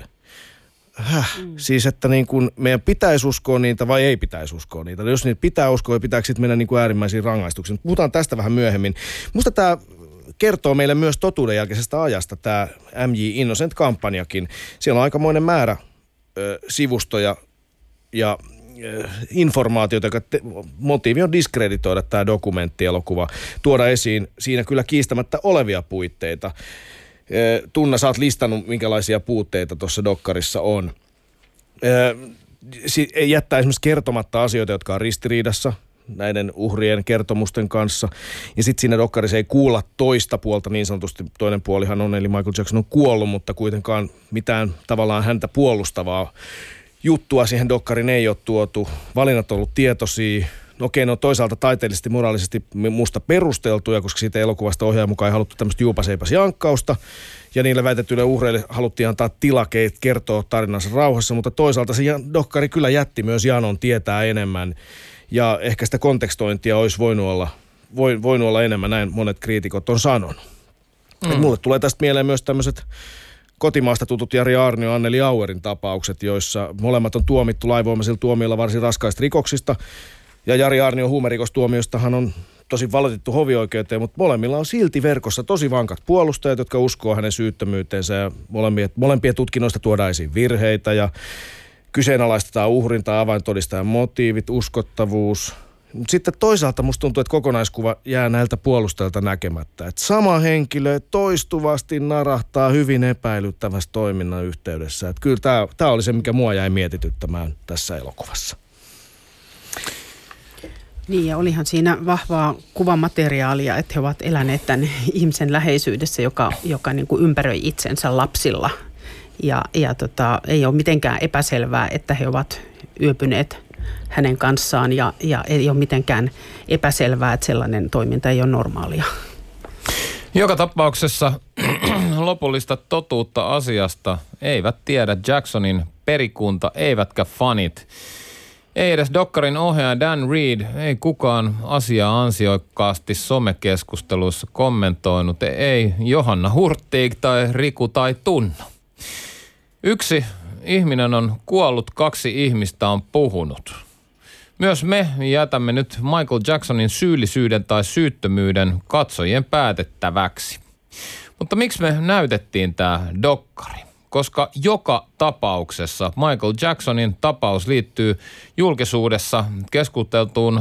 Siis, että niin kuin meidän pitäisi uskoa niitä vai ei pitäisi uskoa niitä. Jos niitä pitää uskoa, pitääkö sitten mennä niin kuin äärimmäisiin rangaistuksiin. Puhutaan tästä vähän myöhemmin. Musta tämä kertoo meille myös totuuden jälkeisestä ajasta, tämä MJ Innocent-kampanjakin. Siellä on aikamoinen määrä sivustoja ja informaatiota, joka motiivi on diskreditoida tämä dokumenttielokuva, tuoda esiin siinä kyllä kiistämättä olevia puitteita. Tunna, sä oot listannut, minkälaisia puutteita tuossa dokkarissa on. Jättää esimerkiksi kertomatta asioita, jotka on ristiriidassa näiden uhrien kertomusten kanssa. Ja sitten siinä dokkarissa ei kuulla toista puolta niin sanotusti. Toinen puolihan on, eli Michael Jackson on kuollut, mutta kuitenkaan mitään tavallaan häntä puolustavaa juttua siihen dokkarin ei ole tuotu. Valinnat on ollut tietoisia. No okei, ne on toisaalta taiteellisesti, moraalisesti musta perusteltuja, koska siitä elokuvasta ohjaajan mukaan ei haluttu tämmöistä juupaseipäsjankkausta. Ja niille väitetyille uhreille haluttiin antaa tila kertoa tarinansa rauhassa, mutta toisaalta se dokkari kyllä jätti myös janon tietää enemmän. Ja ehkä sitä kontekstointia olisi voinut olla enemmän, näin monet kriitikot on sanonut. Mulle tulee tästä mieleen myös tämmöiset kotimaasta tutut Jari Aarnio ja Anneli Auerin tapaukset, joissa molemmat on tuomittu lainvoimaisilla tuomioilla varsin raskaista rikoksista. Ja Jari Aarnion huumerikostuomiostahan on tosi valitettu hovioikeuteen, mutta molemmilla on silti verkossa tosi vankat puolustajat, jotka uskoo hänen syyttömyyteensä. Ja molempien tutkinnoista tuodaan esiin virheitä ja kyseenalaistetaan uhrin tai avaintodistajan motiivit, uskottavuus. Mutta sitten toisaalta musta tuntuu, että kokonaiskuva jää näiltä puolustajilta näkemättä. Että sama henkilö toistuvasti narahtaa hyvin epäilyttävässä toiminnan yhteydessä. Että kyllä tämä oli se, mikä mua jäi mietityttämään tässä elokuvassa. Niin, ja olihan siinä vahvaa kuvamateriaalia, että he ovat eläneet tämän ihmisen läheisyydessä, joka niin kuin ympäröi itsensä lapsilla. Ja ei ole mitenkään epäselvää, että he ovat yöpyneet hänen kanssaan, ja ei ole mitenkään epäselvää, että sellainen toiminta ei ole normaalia. Joka tapauksessa lopullista totuutta asiasta eivät tiedä Jacksonin perikunta, eivätkä fanit. Ei edes dokkarin ohjaaja Dan Reed, ei kukaan asiaa ansiokkaasti somekeskusteluissa kommentoinut, ei Johanna Hurtig tai Riku tai Tunna. Yksi ihminen on kuollut, 2 ihmistä on puhunut. Myös me jätämme nyt Michael Jacksonin syyllisyyden tai syyttömyyden katsojien päätettäväksi. Mutta miksi me näytettiin tämä dokkari? Koska joka tapauksessa Michael Jacksonin tapaus liittyy julkisuudessa keskusteltuun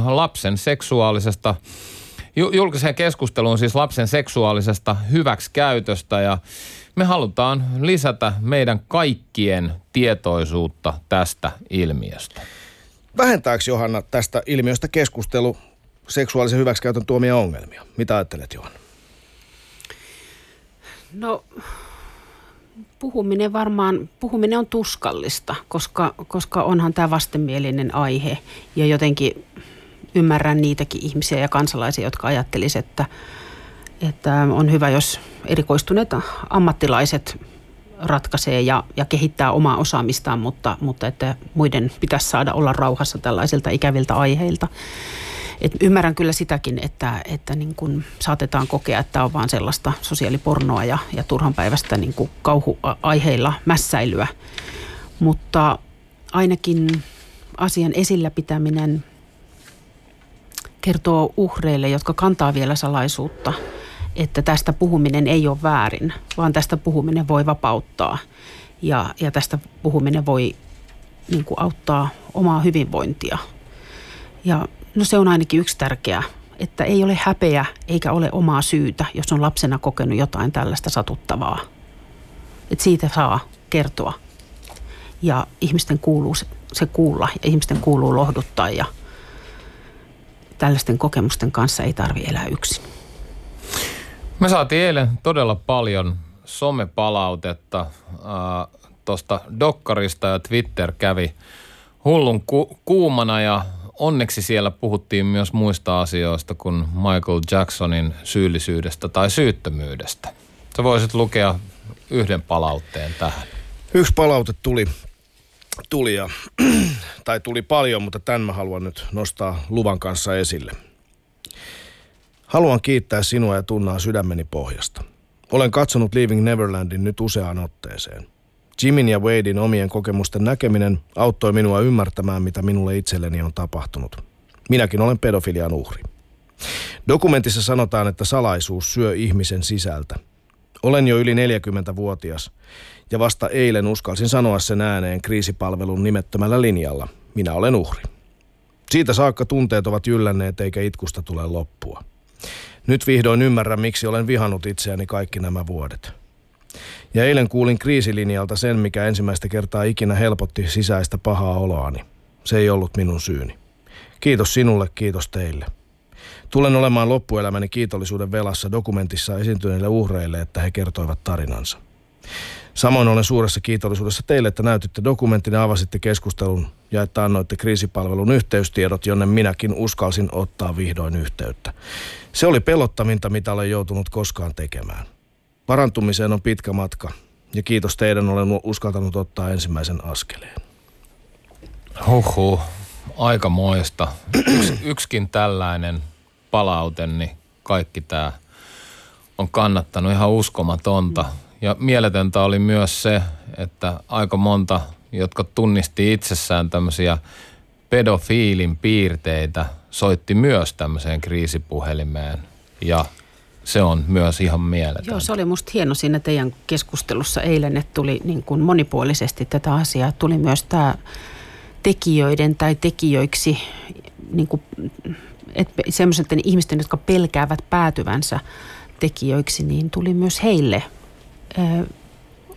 julkiseen keskusteluun siis lapsen seksuaalisesta hyväksikäytöstä, ja me halutaan lisätä meidän kaikkien tietoisuutta tästä ilmiöstä. Vähentääkö, Johanna, tästä ilmiöstä keskustelu seksuaalisen hyväksikäytön tuomia ongelmia? Mitä ajattelet, Johanna? No, puhuminen on tuskallista, koska onhan tämä vastenmielinen aihe. Ja jotenkin ymmärrän niitäkin ihmisiä ja kansalaisia, jotka ajattelisivat, että on hyvä, jos erikoistuneet ammattilaiset ratkaisee ja kehittää omaa osaamistaan, mutta että muiden pitäisi saada olla rauhassa tällaisilta ikäviltä aiheilta. Et ymmärrän kyllä sitäkin, että niin kun saatetaan kokea, että on vaan sellaista sosiaalipornoa ja turhanpäiväistä niin kun kauhuaiheilla mässäilyä. Mutta ainakin asian esillä pitäminen kertoo uhreille, jotka kantaa vielä salaisuutta, että tästä puhuminen ei ole väärin, vaan tästä puhuminen voi vapauttaa ja tästä puhuminen voi niin kuin auttaa omaa hyvinvointia. Ja no se on ainakin yksi tärkeä, että ei ole häpeä eikä ole omaa syytä, jos on lapsena kokenut jotain tällaista satuttavaa. Että siitä saa kertoa ja ihmisten kuuluu se kuulla ja ihmisten kuuluu lohduttaa ja tällaisten kokemusten kanssa ei tarvitse elää yksin. Me saatiin eilen todella paljon somepalautetta tuosta dokkarista ja Twitter kävi hullun kuumana ja onneksi siellä puhuttiin myös muista asioista kuin Michael Jacksonin syyllisyydestä tai syyttömyydestä. Sä voisit lukea yhden palautteen tähän. Yksi palaute tuli paljon, mutta tämän mä haluan nyt nostaa luvan kanssa esille. Haluan kiittää sinua ja Tunnaa sydämeni pohjasta. Olen katsonut Leaving Neverlandin nyt useaan otteeseen. Jimin ja Wadein omien kokemusten näkeminen auttoi minua ymmärtämään, mitä minulle itselleni on tapahtunut. Minäkin olen pedofilian uhri. Dokumentissa sanotaan, että salaisuus syö ihmisen sisältä. Olen jo yli 40-vuotias ja vasta eilen uskalsin sanoa sen ääneen kriisipalvelun nimettömällä linjalla. Minä olen uhri. Siitä saakka tunteet ovat jyllänneet eikä itkusta tule loppua. Nyt vihdoin ymmärrän, miksi olen vihannut itseäni kaikki nämä vuodet. Ja eilen kuulin kriisilinjalta sen, mikä ensimmäistä kertaa ikinä helpotti sisäistä pahaa oloani. Se ei ollut minun syyni. Kiitos sinulle, kiitos teille. Tulen olemaan loppuelämäni kiitollisuuden velassa dokumentissa esiintyneille uhreille, että he kertoivat tarinansa. Samoin olen suuressa kiitollisuudessa teille, että näytitte dokumentin ja avasitte keskustelun ja että annoitte kriisipalvelun yhteystiedot, jonne minäkin uskalsin ottaa vihdoin yhteyttä. Se oli pelottavinta, mitä olen joutunut koskaan tekemään. Parantumiseen on pitkä matka ja kiitos teidän, olen uskaltanut ottaa ensimmäisen askeleen. Huhhuh, aikamoista. Yksikin tällainen palaute, niin kaikki tämä on kannattanut, ihan uskomatonta. Ja mieletöntä oli myös se, että aika monta, jotka tunnisti itsessään tämmöisiä pedofiilin piirteitä, soitti myös tämmöiseen kriisipuhelimeen ja se on myös ihan mieletöntä. Joo, se oli musta hieno siinä teidän keskustelussa eilen, että tuli niin kuin monipuolisesti tätä asiaa. Tuli myös tämä tekijöiden tai tekijöiksi, niin kuin, semmoisten ihmisten, jotka pelkäävät päätyvänsä tekijöiksi, niin tuli myös heille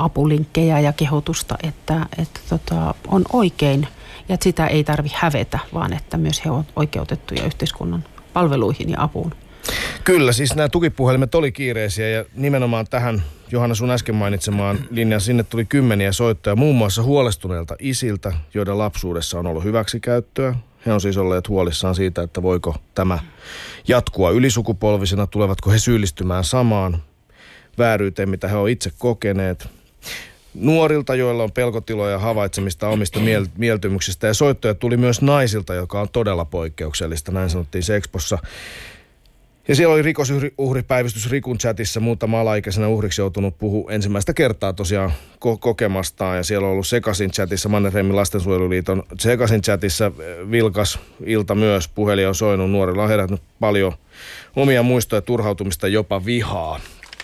apulinkkejä ja kehotusta, että on oikein ja että sitä ei tarvitse hävetä, vaan että myös he ovat oikeutettuja yhteiskunnan palveluihin ja apuun. Kyllä, siis nämä tukipuhelimet oli kiireisiä ja nimenomaan tähän Johanna sun äsken mainitsemaan linjaan sinne tuli kymmeniä soittoja muun muassa huolestuneilta isiltä, joiden lapsuudessa on ollut hyväksikäyttöä. He on siis olleet huolissaan siitä, että voiko tämä jatkua ylisukupolvisena, tulevatko he syyllistymään samaan vääryyteen, mitä he ovat itse kokeneet. Nuorilta, joilla on pelkotiloja havaitsemista omista mieltymyksistä ja soittoja tuli myös naisilta, joka on todella poikkeuksellista, näin sanottiin Sexpossa. Ja siellä oli rikosuhripäivystys Rikun chatissa muutama alaikäisenä uhriksi joutunut ensimmäistä kertaa tosiaan kokemastaan. Ja siellä on ollut Sekasin chatissa, Mannerheimin lastensuojeluliiton Sekasin chatissa vilkas ilta myös. Puhelin on soinut, nuorilla on herättänyt paljon omia muistoja, turhautumista, jopa vihaa.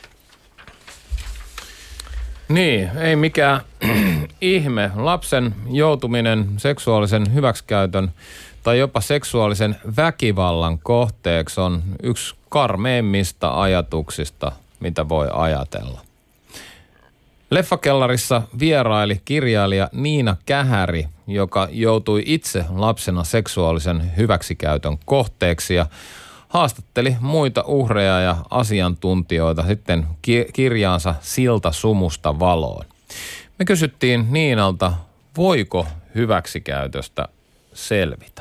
Niin, ei mikään ihme. Lapsen joutuminen seksuaalisen hyväksikäytön tai jopa seksuaalisen väkivallan kohteeksi on yksi karmeimmista ajatuksista, mitä voi ajatella. Leffakellarissa vieraili kirjailija Niina Kähäri, joka joutui itse lapsena seksuaalisen hyväksikäytön kohteeksi ja haastatteli muita uhreja ja asiantuntijoita sitten kirjaansa Silta sumusta valoon. Me kysyttiin Niinalta, voiko hyväksikäytöstä selvitä?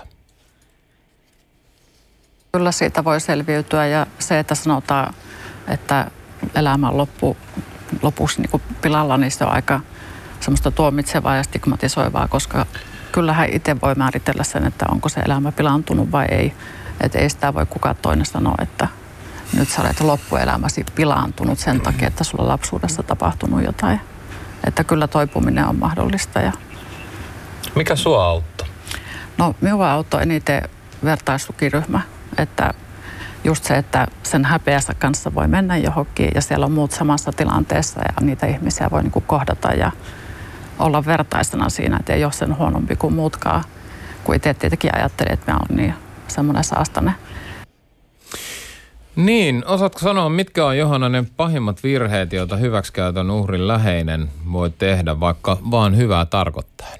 Kyllä siitä voi selviytyä ja se, että sanotaan, että elämä on lopuksi niin kuin pilalla, niin se on aika semmoista tuomitsevaa ja stigmatisoivaa, koska kyllähän itse voi määritellä sen, että onko se elämä pilaantunut vai ei. Että ei sitä voi kukaan toinen sanoa, että nyt sä olet loppuelämäsi pilaantunut sen takia, että sulla on lapsuudessa tapahtunut jotain. Että kyllä toipuminen on mahdollista. Mikä sua auttoi? No minua auttoi eniten vertaistukiryhmä. Että just se, että sen häpeässä kanssa voi mennä johonkin ja siellä on muut samassa tilanteessa ja niitä ihmisiä voi niinku kohdata ja olla vertaisena siinä, että ei ole sen huonompi kuin muutkaan. Kun itse tietenkin ajattelin, että mä olen niin semmoinen saastainen. Niin, osaatko sanoa, mitkä on Johanna ne pahimmat virheet, joita hyväksikäytön uhrin läheinen voi tehdä, vaikka vaan hyvää tarkoittaen?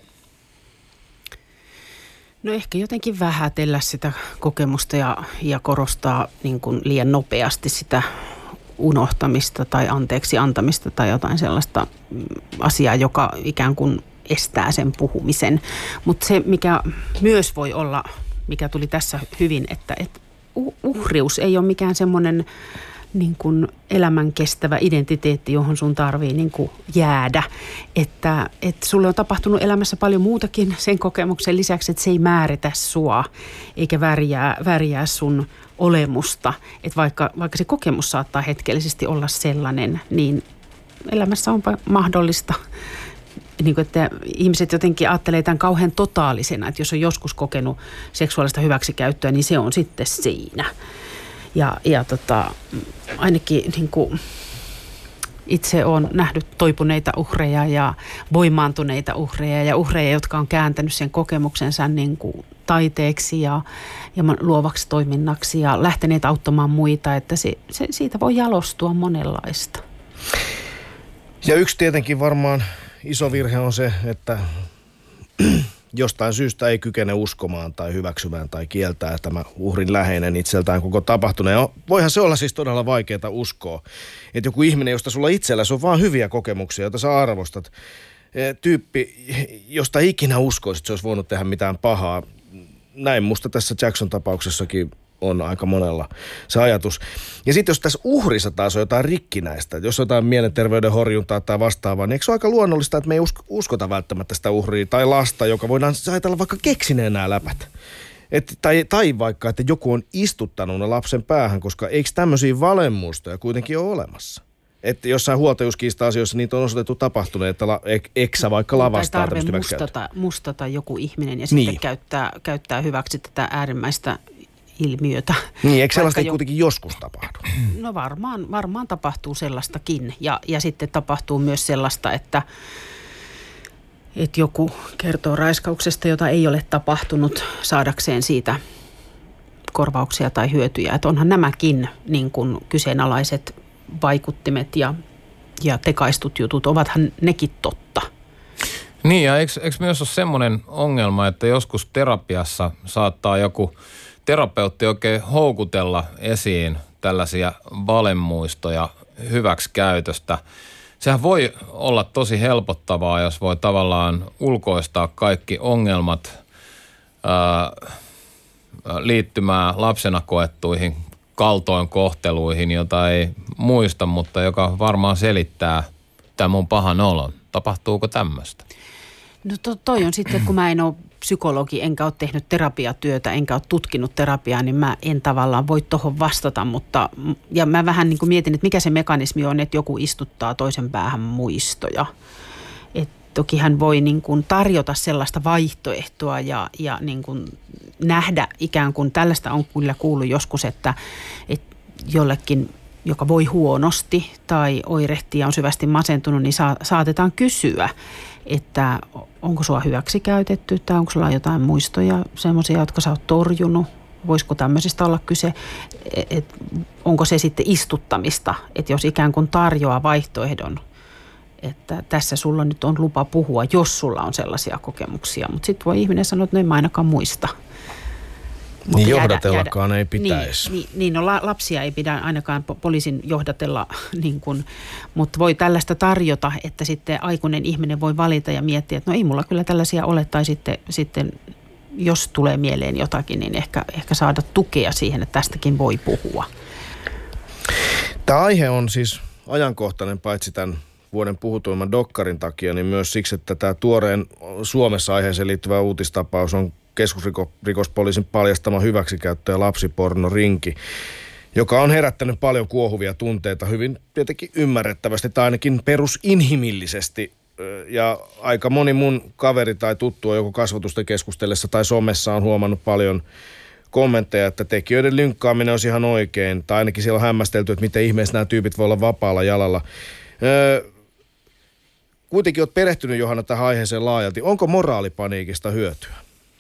No ehkä jotenkin vähätellä sitä kokemusta ja korostaa niin kuin liian nopeasti sitä unohtamista tai anteeksi antamista tai jotain sellaista asiaa, joka ikään kuin estää sen puhumisen. Mutta se, mikä myös voi olla, mikä tuli tässä hyvin, että uhrius ei ole mikään semmoinen niin kuin elämän kestävä identiteetti, johon sun tarvii niin kuin jäädä. Että sulle on tapahtunut elämässä paljon muutakin sen kokemuksen lisäksi, että se ei määritä sua eikä värjää sun olemusta. Että vaikka se kokemus saattaa hetkellisesti olla sellainen, niin elämässä on mahdollista. Niin kuin, että ihmiset jotenkin ajattelee tämän kauhean totaalisena, että jos on joskus kokenut seksuaalista hyväksikäyttöä, niin se on sitten siinä. Ja ainakin niin kuin itse olen nähnyt toipuneita uhreja ja voimaantuneita uhreja ja uhreja, jotka on kääntänyt sen kokemuksensa niin kuin taiteeksi ja luovaksi toiminnaksi ja lähteneet auttamaan muita, että siitä voi jalostua monenlaista. Ja yksi tietenkin varmaan iso virhe on se, että jostain syystä ei kykene uskomaan tai hyväksymään tai kieltää tämä uhrin läheinen itseltään koko tapahtuneen. Voihan se olla siis todella vaikeaa uskoa, että joku ihminen, josta sulla itselläsi on vaan hyviä kokemuksia, joita sä arvostat, tyyppi, josta ikinä uskoisit, että se olisi voinut tehdä mitään pahaa. Näin musta tässä Jackson-tapauksessakin on aika monella se ajatus. Ja sitten jos tässä uhrissa taas on jotain rikkinäistä, jos on jotain mielenterveyden horjuntaa tai vastaavaa, niin eikö se ole aika luonnollista, että me ei uskota välttämättä sitä uhria tai lasta, joka voidaan ajatella vaikka keksineen nämä läpät. Tai vaikka, että joku on istuttanut ne lapsen päähän, koska eikö tämmöisiä valemuistoja kuitenkin ole olemassa? Että jossain huoltajuuskiista-asioissa niitä on osoitettu tapahtuneen, että eksä vaikka lavastaa tämmöistä hyväksikäyttöä. Mustata joku ihminen ja niin. Sitten käyttää hyväksi tätä äärimmäistä ilmiötä. Niin, eikö sellaista kuitenkin joskus tapahdu? No varmaan tapahtuu sellaistakin. Ja sitten tapahtuu myös sellaista, että joku kertoo raiskauksesta, jota ei ole tapahtunut saadakseen siitä korvauksia tai hyötyjä. Että onhan nämäkin niin kuin kyseenalaiset vaikuttimet ja ja tekaistut jutut, ovathan nekin totta. Niin, ja eikö myös ole semmoinen ongelma, että joskus terapiassa saattaa joku terapeutti oikein houkutella esiin tällaisia valemuistoja hyväksikäytöstä. Sehän voi olla tosi helpottavaa, jos voi tavallaan ulkoistaa kaikki ongelmat liittymään lapsena koettuihin kaltoinkohteluihin, jota ei muista, mutta joka varmaan selittää tämän mun pahan olon. Tapahtuuko tämmöistä? No toi on sitten, kun mä en ole psykologi, enkä ole tehnyt terapiatyötä, enkä ole tutkinut terapiaa, niin mä en tavallaan voi tuohon vastata, mutta ja mä vähän niin kuin mietin, että mikä se mekanismi on, että joku istuttaa toisen päähän muistoja. Toki hän voi niin kuin tarjota sellaista vaihtoehtoa ja niin kuin nähdä ikään kuin tällaista on kyllä kuullut joskus, että jollekin, joka voi huonosti tai oirehtii ja on syvästi masentunut, niin saatetaan kysyä, että onko sua hyväksi käytetty tai onko sulla jotain muistoja, semmoisia, jotka sä oot torjunut. Voisiko tämmöisistä olla kyse, että onko se sitten istuttamista, että jos ikään kuin tarjoaa vaihtoehdon, että tässä sulla nyt on lupa puhua, jos sulla on sellaisia kokemuksia. Mutta sitten voi ihminen sanoa, että no en mä ainakaan muista. Niin johdatellakaan ei pitäisi. Niin, no lapsia ei pidä ainakaan poliisin johdatella, niin kun, mutta voi tällaista tarjota, että sitten aikuinen ihminen voi valita ja miettiä, että no ei mulla kyllä tällaisia ole, tai sitten jos tulee mieleen jotakin, niin ehkä saada tukea siihen, että tästäkin voi puhua. Tämä aihe on siis ajankohtainen paitsi tämän vuoden puhutuimman dokkarin takia, niin myös siksi, että tämä tuoreen Suomessa aiheeseen liittyvä uutistapaus on keskusrikospoliisin paljastama hyväksikäyttö- ja lapsipornorinki, joka on herättänyt paljon kuohuvia tunteita hyvin tietenkin ymmärrettävästi tai ainakin perusinhimillisesti. Ja aika moni mun kaveri tai tuttu on joko kasvatusten keskustellessa tai somessa on huomannut paljon kommentteja, että tekijöiden lynkkaaminen on ihan oikein. Tai ainakin siellä on hämmästelty, että miten ihmeessä nämä tyypit voi olla vapaalla jalalla. Kuitenkin olet perehtynyt, Johanna, tähän aiheeseen laajalti. Onko moraalipaniikista hyötyä?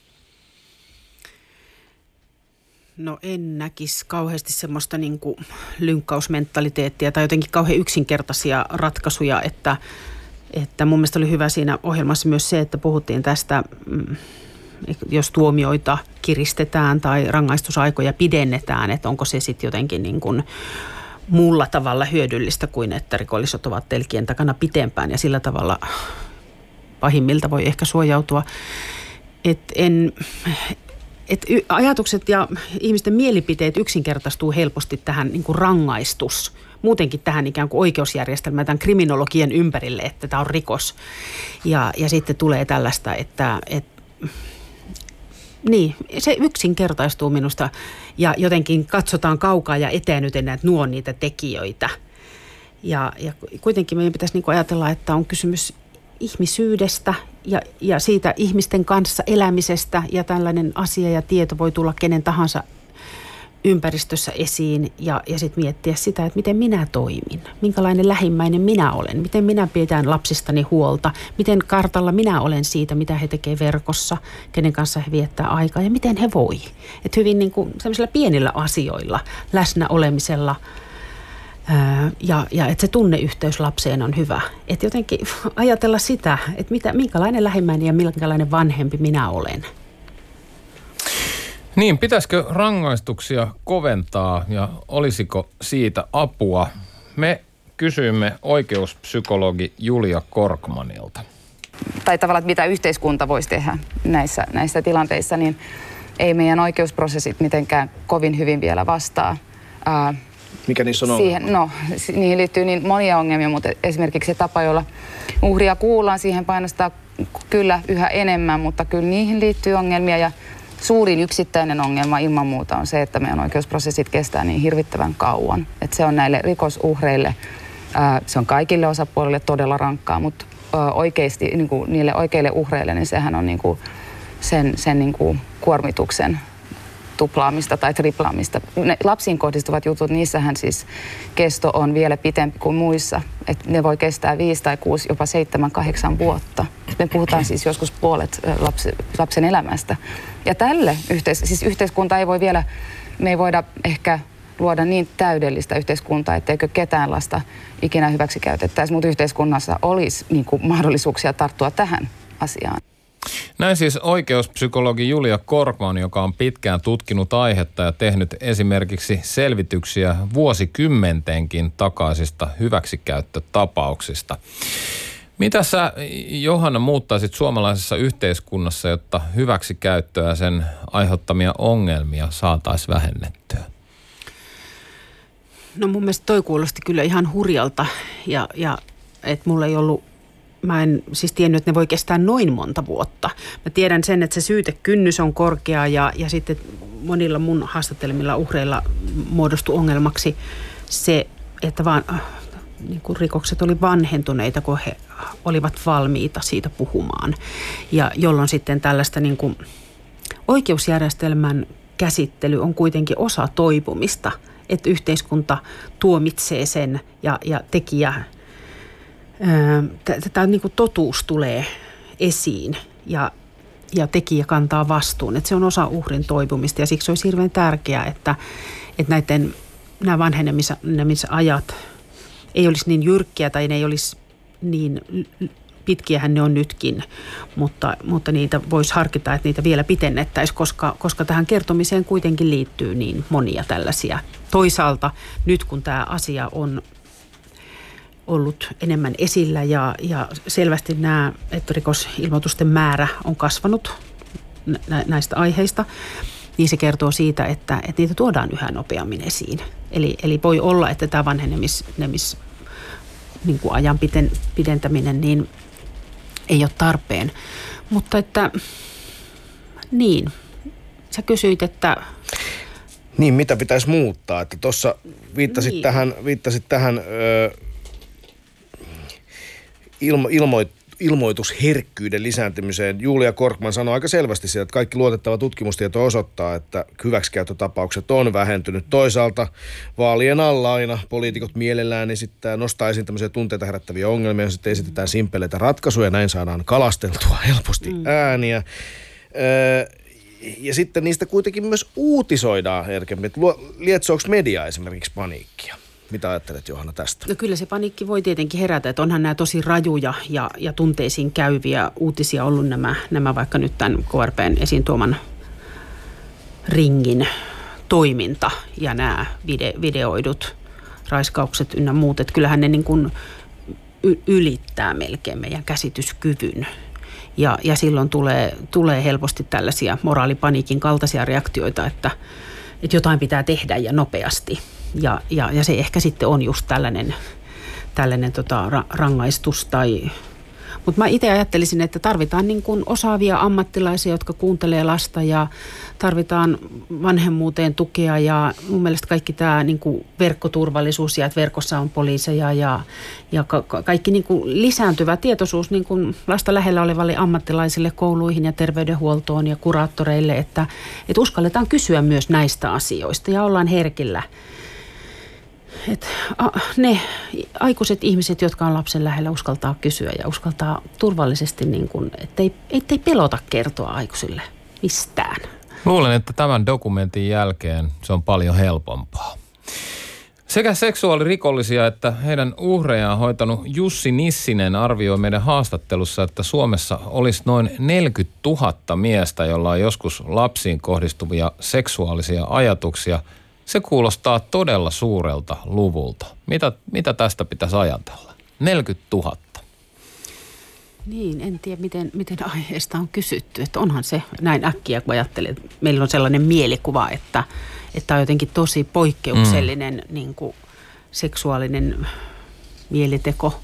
No en näkisi kauheasti semmoista niin kuin lynkkausmentaliteettia tai jotenkin kauhean yksinkertaisia ratkaisuja, että mun mielestä oli hyvä siinä ohjelmassa myös se, että puhuttiin tästä, jos tuomioita kiristetään tai rangaistusaikoja pidennetään, että onko se sitten jotenkin niin kuin muulla tavalla hyödyllistä kuin että rikolliset ovat telkien takana pitempään ja sillä tavalla pahimmilta voi ehkä suojautua. Ajatukset ja ihmisten mielipiteet yksinkertaistuu helposti tähän niin kuin rangaistus, muutenkin tähän ikään kuin oikeusjärjestelmään, tämän kriminologian ympärille, että tämä on rikos. Ja sitten tulee tällaista, että niin, se yksinkertaistuu minusta ja jotenkin katsotaan kaukaa ja etäännyten, että nuo on niitä tekijöitä. Ja kuitenkin meidän pitäisi niin kuin ajatella, että on kysymys ihmisyydestä ja siitä ihmisten kanssa elämisestä ja tällainen asia ja tieto voi tulla kenen tahansa ympäristössä esiin ja sitten miettiä sitä, että miten minä toimin, minkälainen lähimmäinen minä olen, miten minä pidän lapsistani huolta, miten kartalla minä olen siitä, mitä he tekevät verkossa, kenen kanssa he viettää aikaa ja miten he voi. Että hyvin niin kuin sellaisilla pienillä asioilla, läsnä olemisella ja että se tunneyhteys lapseen on hyvä. Että jotenkin ajatella sitä, että minkälainen lähimmäinen ja minkälainen vanhempi minä olen. Niin, pitäisikö rangaistuksia koventaa ja olisiko siitä apua? Me kysyimme oikeuspsykologi Julia Korkmanilta. Tai tavallaan, että mitä yhteiskunta voisi tehdä näissä tilanteissa, niin ei meidän oikeusprosessit mitenkään kovin hyvin vielä vastaa. Mikä niissä on ongelma? Niihin liittyy niin monia ongelmia, mutta esimerkiksi se tapa, jolla uhria kuullaan, siihen painostaa kyllä yhä enemmän, mutta kyllä niihin liittyy ongelmia ja suurin yksittäinen ongelma ilman muuta on se, että meidän oikeusprosessit kestää niin hirvittävän kauan. Että se on näille rikosuhreille, se on kaikille osapuolille todella rankkaa, mutta oikeasti niin kuin niille oikeille uhreille, niin sehän on niin kuin sen niin kuin kuormituksen tuplaamista tai triplaamista. Ne lapsiin kohdistuvat jutut, niissähän siis kesto on vielä pitempi kuin muissa. Et ne voi kestää 5 tai 6, jopa 7-8 vuotta. Me puhutaan siis joskus puolet lapsen elämästä. Ja tälle yhteiskunta ei voi vielä, me ei voida ehkä luoda niin täydellistä yhteiskuntaa, etteikö ketään lasta ikinä hyväksikäytettäisi, mutta yhteiskunnassa olisi niin kuin mahdollisuuksia tarttua tähän asiaan. Näin siis oikeuspsykologi Julia Korkman, joka on pitkään tutkinut aihetta ja tehnyt esimerkiksi selvityksiä vuosikymmentenkin takaisista hyväksikäyttötapauksista. Mitä sä, Johanna, muuttaisit suomalaisessa yhteiskunnassa, jotta hyväksikäyttöä ja sen aiheuttamia ongelmia saataisiin vähennettyä? No mun mielestä toi kuulosti kyllä ihan hurjalta ja että mulla ei ollut, mä en siis tiennyt, että ne voi kestää noin monta vuotta. Mä tiedän sen, että se syytekynnys on korkea ja sitten monilla mun haastattelemilla uhreilla muodostui ongelmaksi se, että vaan niin kuin rikokset oli vanhentuneita, kun he olivat valmiita siitä puhumaan. Ja jolloin sitten tällaista niin kuin oikeusjärjestelmän käsittely on kuitenkin osa toipumista, että yhteiskunta tuomitsee sen ja tekijä, tämä niin kuin totuus tulee esiin ja tekijä kantaa vastuun. Että se on osa uhrin toipumista ja siksi olisi hirveän tärkeää, että nämä vanhenemisajat ei olisi niin jyrkkiä tai ne ei olisi niin pitkiähän ne on nytkin, mutta niitä voisi harkita, että niitä vielä pitennettäisiin, koska tähän kertomiseen kuitenkin liittyy niin monia tällaisia. Toisaalta nyt kun tämä asia on ollut enemmän esillä ja selvästi nämä, että rikosilmoitusten määrä on kasvanut näistä aiheista, niin se kertoo siitä, että niitä tuodaan yhä nopeammin esiin. Eli voi olla, että tämä vanhenemis niin kuin ajan pidentäminen niin ei ole tarpeen. Mutta että niin, sä kysyit, että niin, mitä pitäisi muuttaa? Että tuossa viittasit tähän ilmoitusherkkyyden lisääntymiseen. Julia Korkman sanoi aika selvästi sitä, että kaikki luotettava tutkimustieto osoittaa, että hyväksikäyttötapaukset on vähentynyt. Toisaalta vaalien alla aina poliitikot mielellään nostaa esiin tämmöisiä tunteita herättäviä ongelmia, ja sitten esitetään simpeleitä ratkaisuja, näin saadaan kalasteltua helposti ääniä. Ja sitten niistä kuitenkin myös uutisoidaan herkemmin. Lietsoako media esimerkiksi paniikkia? Mitä ajattelet, Johanna, tästä? No kyllä se paniikki voi tietenkin herätä, että onhan nämä tosi rajuja ja tunteisiin käyviä uutisia ollut nämä vaikka nyt tämän KRP:n esiin tuoman ringin toiminta ja nämä videoidut raiskaukset ynnä muut. Että kyllähän ne niin kuin ylittää melkein meidän käsityskyvyn. Ja silloin tulee helposti tällaisia moraalipaniikin kaltaisia reaktioita, että jotain pitää tehdä ja nopeasti. Ja se ehkä sitten on just tällainen rangaistus tai. Mutta mä itse ajattelisin, että tarvitaan niin kuin osaavia ammattilaisia, jotka kuuntelee lasta ja tarvitaan vanhemmuuteen tukea ja mun mielestä kaikki tämä niin kuin verkkoturvallisuus ja että verkossa on poliiseja ja kaikki niin kuin lisääntyvä tietoisuus niin kuin lasta lähellä olevalle ammattilaisille kouluihin ja terveydenhuoltoon ja kuraattoreille, että uskalletaan kysyä myös näistä asioista ja ollaan herkillä. Että ne aikuiset ihmiset, jotka on lapsen lähellä, uskaltaa kysyä ja uskaltaa turvallisesti, niin kuin, ettei pelota kertoa aikuisille mistään. Luulen, että tämän dokumentin jälkeen se on paljon helpompaa. Sekä seksuaalirikollisia että heidän uhrejaan hoitanut Jussi Nissinen arvioi meidän haastattelussa, että Suomessa olisi noin 40 000 miestä, jolla on joskus lapsiin kohdistuvia seksuaalisia ajatuksia. Se kuulostaa todella suurelta luvulta. Mitä tästä pitäisi ajatella? 40 000. Niin, en tiedä miten aiheesta on kysytty. Että onhan se näin äkkiä, kun ajattelee, että meillä on sellainen mielikuva, että on jotenkin tosi poikkeuksellinen niin kuin seksuaalinen mieliteko.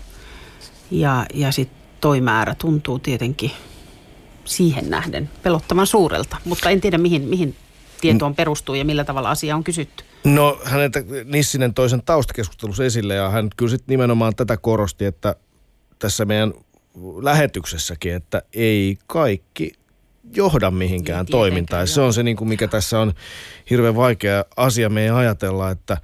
Ja sitten toi määrä tuntuu tietenkin siihen nähden pelottavan suurelta. Mutta en tiedä mihin tietoon perustuu ja millä tavalla asia on kysytty. No häneltä Nissinen toi sen taustakeskustelussa esille ja hän kyllä sitten nimenomaan tätä korosti, että tässä meidän lähetyksessäkin, että ei kaikki johda mihinkään toimintaan. Se on se, niin kuin mikä tässä on hirveän vaikea asia meidän ajatella, että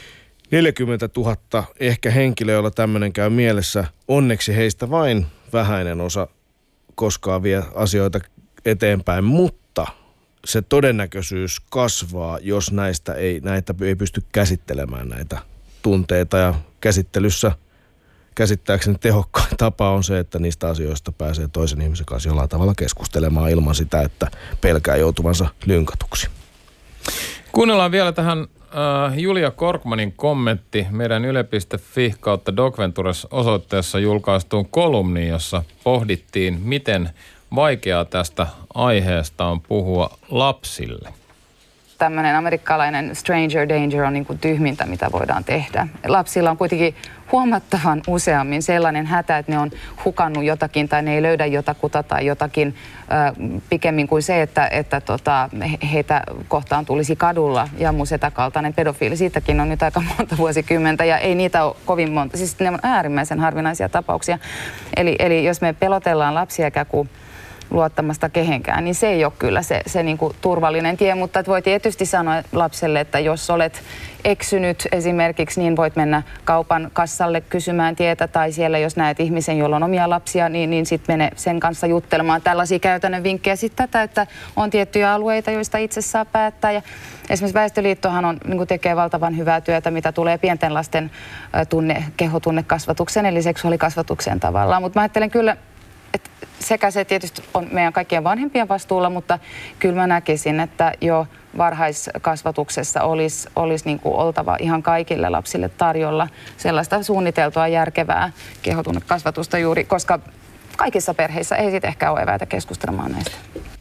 40 000 ehkä henkilöä, joilla tämmöinen käy mielessä. Onneksi heistä vain vähäinen osa koskaan vie asioita eteenpäin, mutta se todennäköisyys kasvaa, jos näitä ei pysty käsittelemään näitä tunteita. Ja käsittelyssä käsittääkseni tehokkain tapa on se, että niistä asioista pääsee toisen ihmisen kanssa jollain tavalla keskustelemaan ilman sitä, että pelkää joutuvansa lynkatuksi. Kuunnellaan vielä tähän Julia Korkmanin kommentti meidän yle.fi/Docventures osoitteessa julkaistuun kolumniin, jossa pohdittiin, miten vaikeaa tästä aiheesta on puhua lapsille. Tämmöinen amerikkalainen stranger danger on niin kuin tyhmintä, mitä voidaan tehdä. Lapsilla on kuitenkin huomattavan useammin sellainen hätä, että ne on hukannut jotakin tai ne ei löydä jotakuta tai jotakin pikemmin kuin se, että heitä kohtaan tulisi kadulla jammusetäkaltainen pedofiili. Siitäkin on nyt aika monta vuosikymmentä ja ei niitä ole kovin monta. Siis ne on äärimmäisen harvinaisia tapauksia. Eli jos me pelotellaan lapsia ikään kuin luottamasta kehenkään, niin se ei ole kyllä se niin kuin turvallinen tie, mutta voi tietysti sanoa lapselle, että jos olet eksynyt esimerkiksi, niin voit mennä kaupan kassalle kysymään tietä, tai siellä jos näet ihmisen, jolla on omia lapsia, niin sitten mene sen kanssa juttelemaan. Tällaisia käytännön vinkkejä sitten tätä, että on tiettyjä alueita, joista itse saa päättää, ja esimerkiksi Väestöliittohan niin tekee valtavan hyvää työtä, mitä tulee pienten lasten kehotunnekasvatukseen, eli seksuaalikasvatukseen tavallaan, mutta mä ajattelen kyllä, että sekä se tietysti on meidän kaikkien vanhempien vastuulla, mutta kyllä mä näkisin, että jo varhaiskasvatuksessa olisi niin kuin oltava ihan kaikille lapsille tarjolla sellaista suunniteltua järkevää kehotunnekasvatusta juuri, koska kaikissa perheissä ei sitten ehkä ole eväitä keskustelemaan näistä.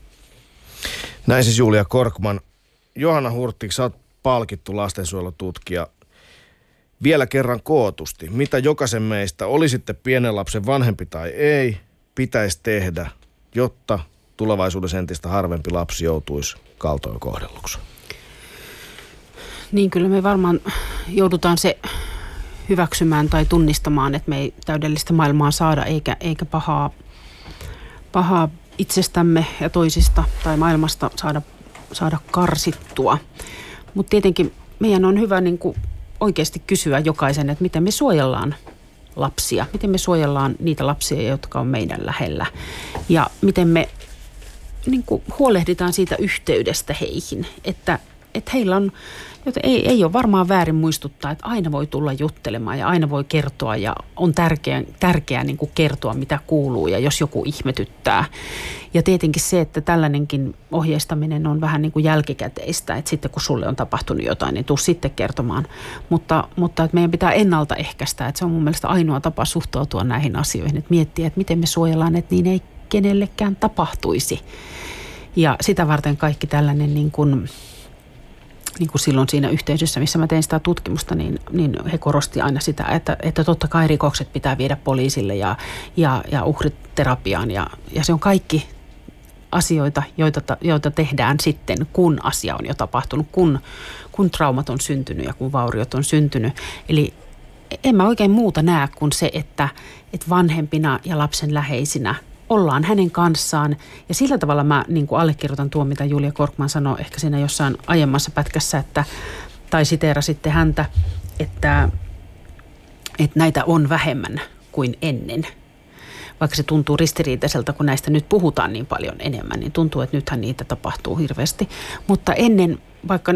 Näin siis Julia Korkman. Johanna Hurtig, sä oot palkittu lastensuojelututkija. Vielä kerran kootusti, mitä jokaisen meistä, oli sitten pienen lapsen vanhempi tai ei, pitäisi tehdä, jotta tulevaisuudessa entistä harvempi lapsi joutuisi kaltoinkohdelluksi? Niin kyllä me varmaan joudutaan se hyväksymään tai tunnistamaan, että me ei täydellistä maailmaa saada eikä pahaa itsestämme ja toisista tai maailmasta saada karsittua. Mutta tietenkin meidän on hyvä niin kuin oikeasti kysyä jokaisen, että miten me suojellaan lapsia, miten me suojellaan niitä lapsia, jotka on meidän lähellä ja miten me niin kuin huolehditaan siitä yhteydestä heihin, että heillä on, ei ole varmaan väärin muistuttaa, että aina voi tulla juttelemaan ja aina voi kertoa ja on tärkeää niin kuin kertoa, mitä kuuluu ja jos joku ihmetyttää. Ja tietenkin se, että tällainenkin ohjeistaminen on vähän niin kuin jälkikäteistä, että sitten kun sulle on tapahtunut jotain, niin tuu sitten kertomaan. Mutta että meidän pitää ennaltaehkäistä, että se on mun mielestä ainoa tapa suhtautua näihin asioihin, että miettiä, että miten me suojellaan, että niin ei kenellekään tapahtuisi. Ja sitä varten kaikki tällainen niin kuin silloin siinä yhteisössä, missä mä tein sitä tutkimusta, niin he korosti aina sitä, että totta kai rikokset pitää viedä poliisille ja uhriterapiaan. Ja se on kaikki asioita, joita tehdään sitten, kun asia on jo tapahtunut, kun traumat on syntynyt ja kun vauriot on syntynyt. Eli en mä oikein muuta näe kuin se, että vanhempina ja lapsen läheisinä ollaan hänen kanssaan. Ja sillä tavalla mä niin kuin allekirjoitan tuon, mitä Julia Korkman sanoi ehkä siinä jossain aiemmassa pätkässä, tai siteerasitte häntä, että näitä on vähemmän kuin ennen. Vaikka se tuntuu ristiriitaiselta, kun näistä nyt puhutaan niin paljon enemmän, niin tuntuu, että nythän niitä tapahtuu hirveästi. Mutta ennen, vaikka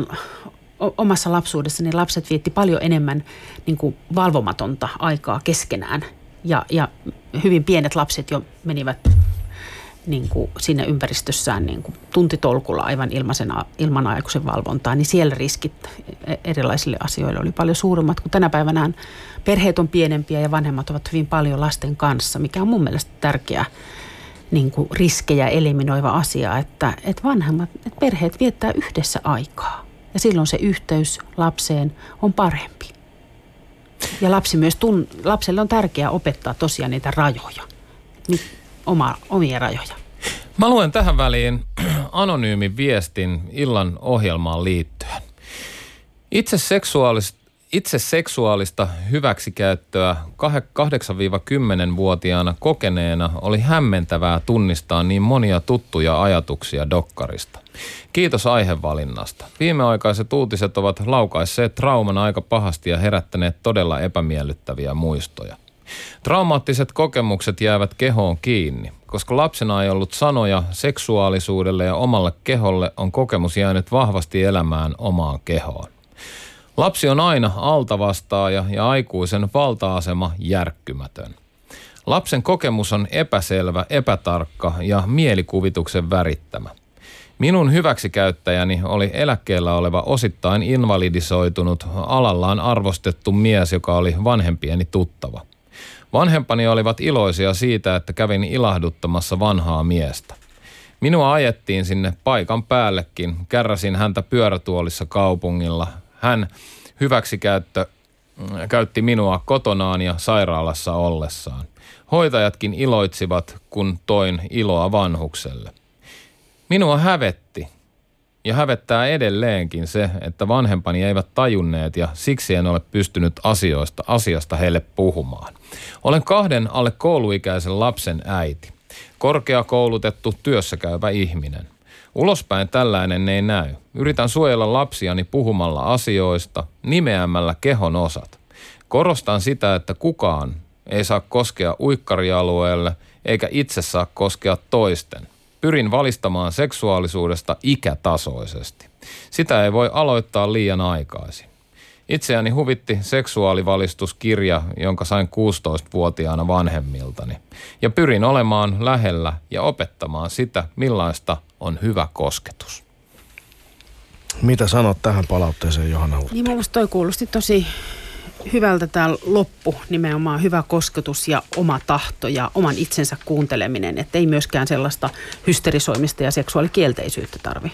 omassa lapsuudessani lapset vietti paljon enemmän niin kuin valvomatonta aikaa keskenään. Ja hyvin pienet lapset jo menivät niin kuin sinne ympäristössään niin kuin tuntitolkulla aivan ilman aikuisen valvontaa, niin siellä riskit erilaisille asioille oli paljon suuremmat, kun tänä päivänä perheet on pienempiä ja vanhemmat ovat hyvin paljon lasten kanssa, mikä on mun mielestä tärkeä niin kuin riskejä eliminoiva asia, että perheet viettää yhdessä aikaa ja silloin se yhteys lapseen on parempi. Ja lapselle on tärkeää opettaa tosiaan niitä rajoja, omia rajoja. Mä luen tähän väliin anonyymin viestin illan ohjelmaan liittyen. Itse seksuaalista hyväksikäyttöä 8-10-vuotiaana kokeneena oli hämmentävää tunnistaa niin monia tuttuja ajatuksia dokkarista. Kiitos aihevalinnasta. Viimeaikaiset uutiset ovat laukaisseet trauman aika pahasti ja herättäneet todella epämiellyttäviä muistoja. Traumaattiset kokemukset jäävät kehoon kiinni. Koska lapsena ei ollut sanoja seksuaalisuudelle ja omalle keholle, on kokemus jäänyt vahvasti elämään omaan kehoon. Lapsi on aina altavastaaja ja aikuisen valta-asema järkkymätön. Lapsen kokemus on epäselvä, epätarkka ja mielikuvituksen värittämä. Minun hyväksikäyttäjäni oli eläkkeellä oleva osittain invalidisoitunut, alallaan arvostettu mies, joka oli vanhempieni tuttava. Vanhempani olivat iloisia siitä, että kävin ilahduttamassa vanhaa miestä. Minua ajettiin sinne paikan päällekin, kärräsin häntä pyörätuolissa kaupungilla. Hän käytti minua kotonaan ja sairaalassa ollessaan. Hoitajatkin iloitsivat, kun toin iloa vanhukselle. Minua hävetti ja hävettää edelleenkin se, että vanhempani eivät tajunneet ja siksi en ole pystynyt asiasta heille puhumaan. Olen 2 alle kouluikäisen lapsen äiti. Korkeakoulutettu, työssäkäyvä ihminen. Ulospäin tällainen ei näy. Yritän suojella lapsiani puhumalla asioista, nimeämällä kehon osat. Korostan sitä, että kukaan ei saa koskea uikkarialueelle eikä itse saa koskea toisten. Pyrin valistamaan seksuaalisuudesta ikätasoisesti. Sitä ei voi aloittaa liian aikaisin. Itseäni huvitti seksuaalivalistuskirja, jonka sain 16-vuotiaana vanhemmiltani. Ja pyrin olemaan lähellä ja opettamaan sitä, millaista on hyvä kosketus. Mitä sanot tähän palautteeseen, Johanna Hurtti? Niin mielestäni toi kuulosti tosi hyvältä tämä loppu, nimenomaan hyvä kosketus ja oma tahto ja oman itsensä kuunteleminen. Että ei myöskään sellaista hysterisoimista ja seksuaalikielteisyyttä tarvitse.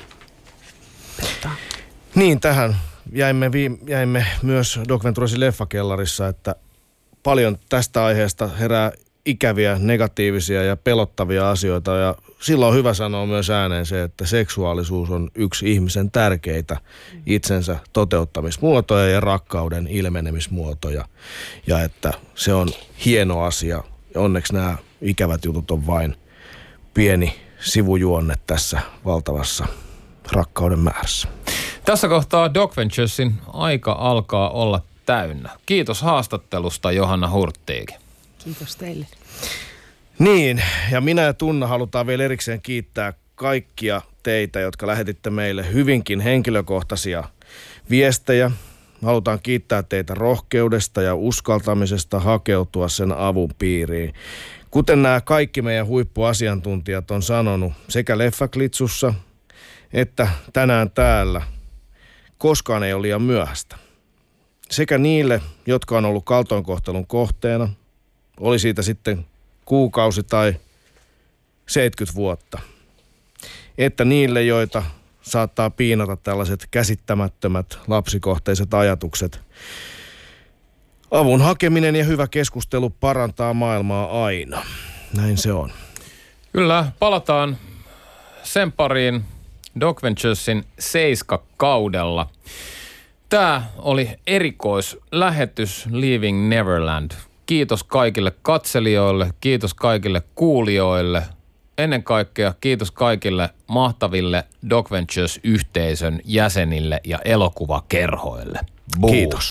Niin, tähän jäimme myös Doc Venturesin leffakellarissa, että paljon tästä aiheesta herää ikäviä, negatiivisia ja pelottavia asioita. Ja silloin on hyvä sanoa myös ääneen se, että seksuaalisuus on yksi ihmisen tärkeitä itsensä toteuttamismuotoja ja rakkauden ilmenemismuotoja. Ja että se on hieno asia. Ja onneksi nämä ikävät jutut on vain pieni sivujuonne tässä valtavassa rakkauden määrässä. Tässä kohtaa Doc Venturesin aika alkaa olla täynnä. Kiitos haastattelusta, Johanna Hurttiikin. Kiitos teille. Niin, ja minä ja Tunna halutaan vielä erikseen kiittää kaikkia teitä, jotka lähetitte meille hyvinkin henkilökohtaisia viestejä. Halutaan kiittää teitä rohkeudesta ja uskaltamisesta hakeutua sen avun piiriin. Kuten nämä kaikki meidän huippuasiantuntijat on sanonut sekä Leffaklitsussa että tänään täällä, koskaan ei ole liian myöhäistä. Sekä niille, jotka on ollut kaltoinkohtelun kohteena, oli siitä sitten kuukausi tai 70 vuotta, että niille, joita saattaa piinata tällaiset käsittämättömät lapsikohteiset ajatukset. Avun hakeminen ja hyvä keskustelu parantaa maailmaa aina. Näin se on. Kyllä, palataan sen pariin Doc Venturesin 7-kaudella. Tämä oli erikoislähetys Leaving Neverland. Kiitos kaikille katselijoille, kiitos kaikille kuulijoille. Ennen kaikkea kiitos kaikille mahtaville Doc Ventures-yhteisön jäsenille ja elokuvakerhoille. Boom. Kiitos.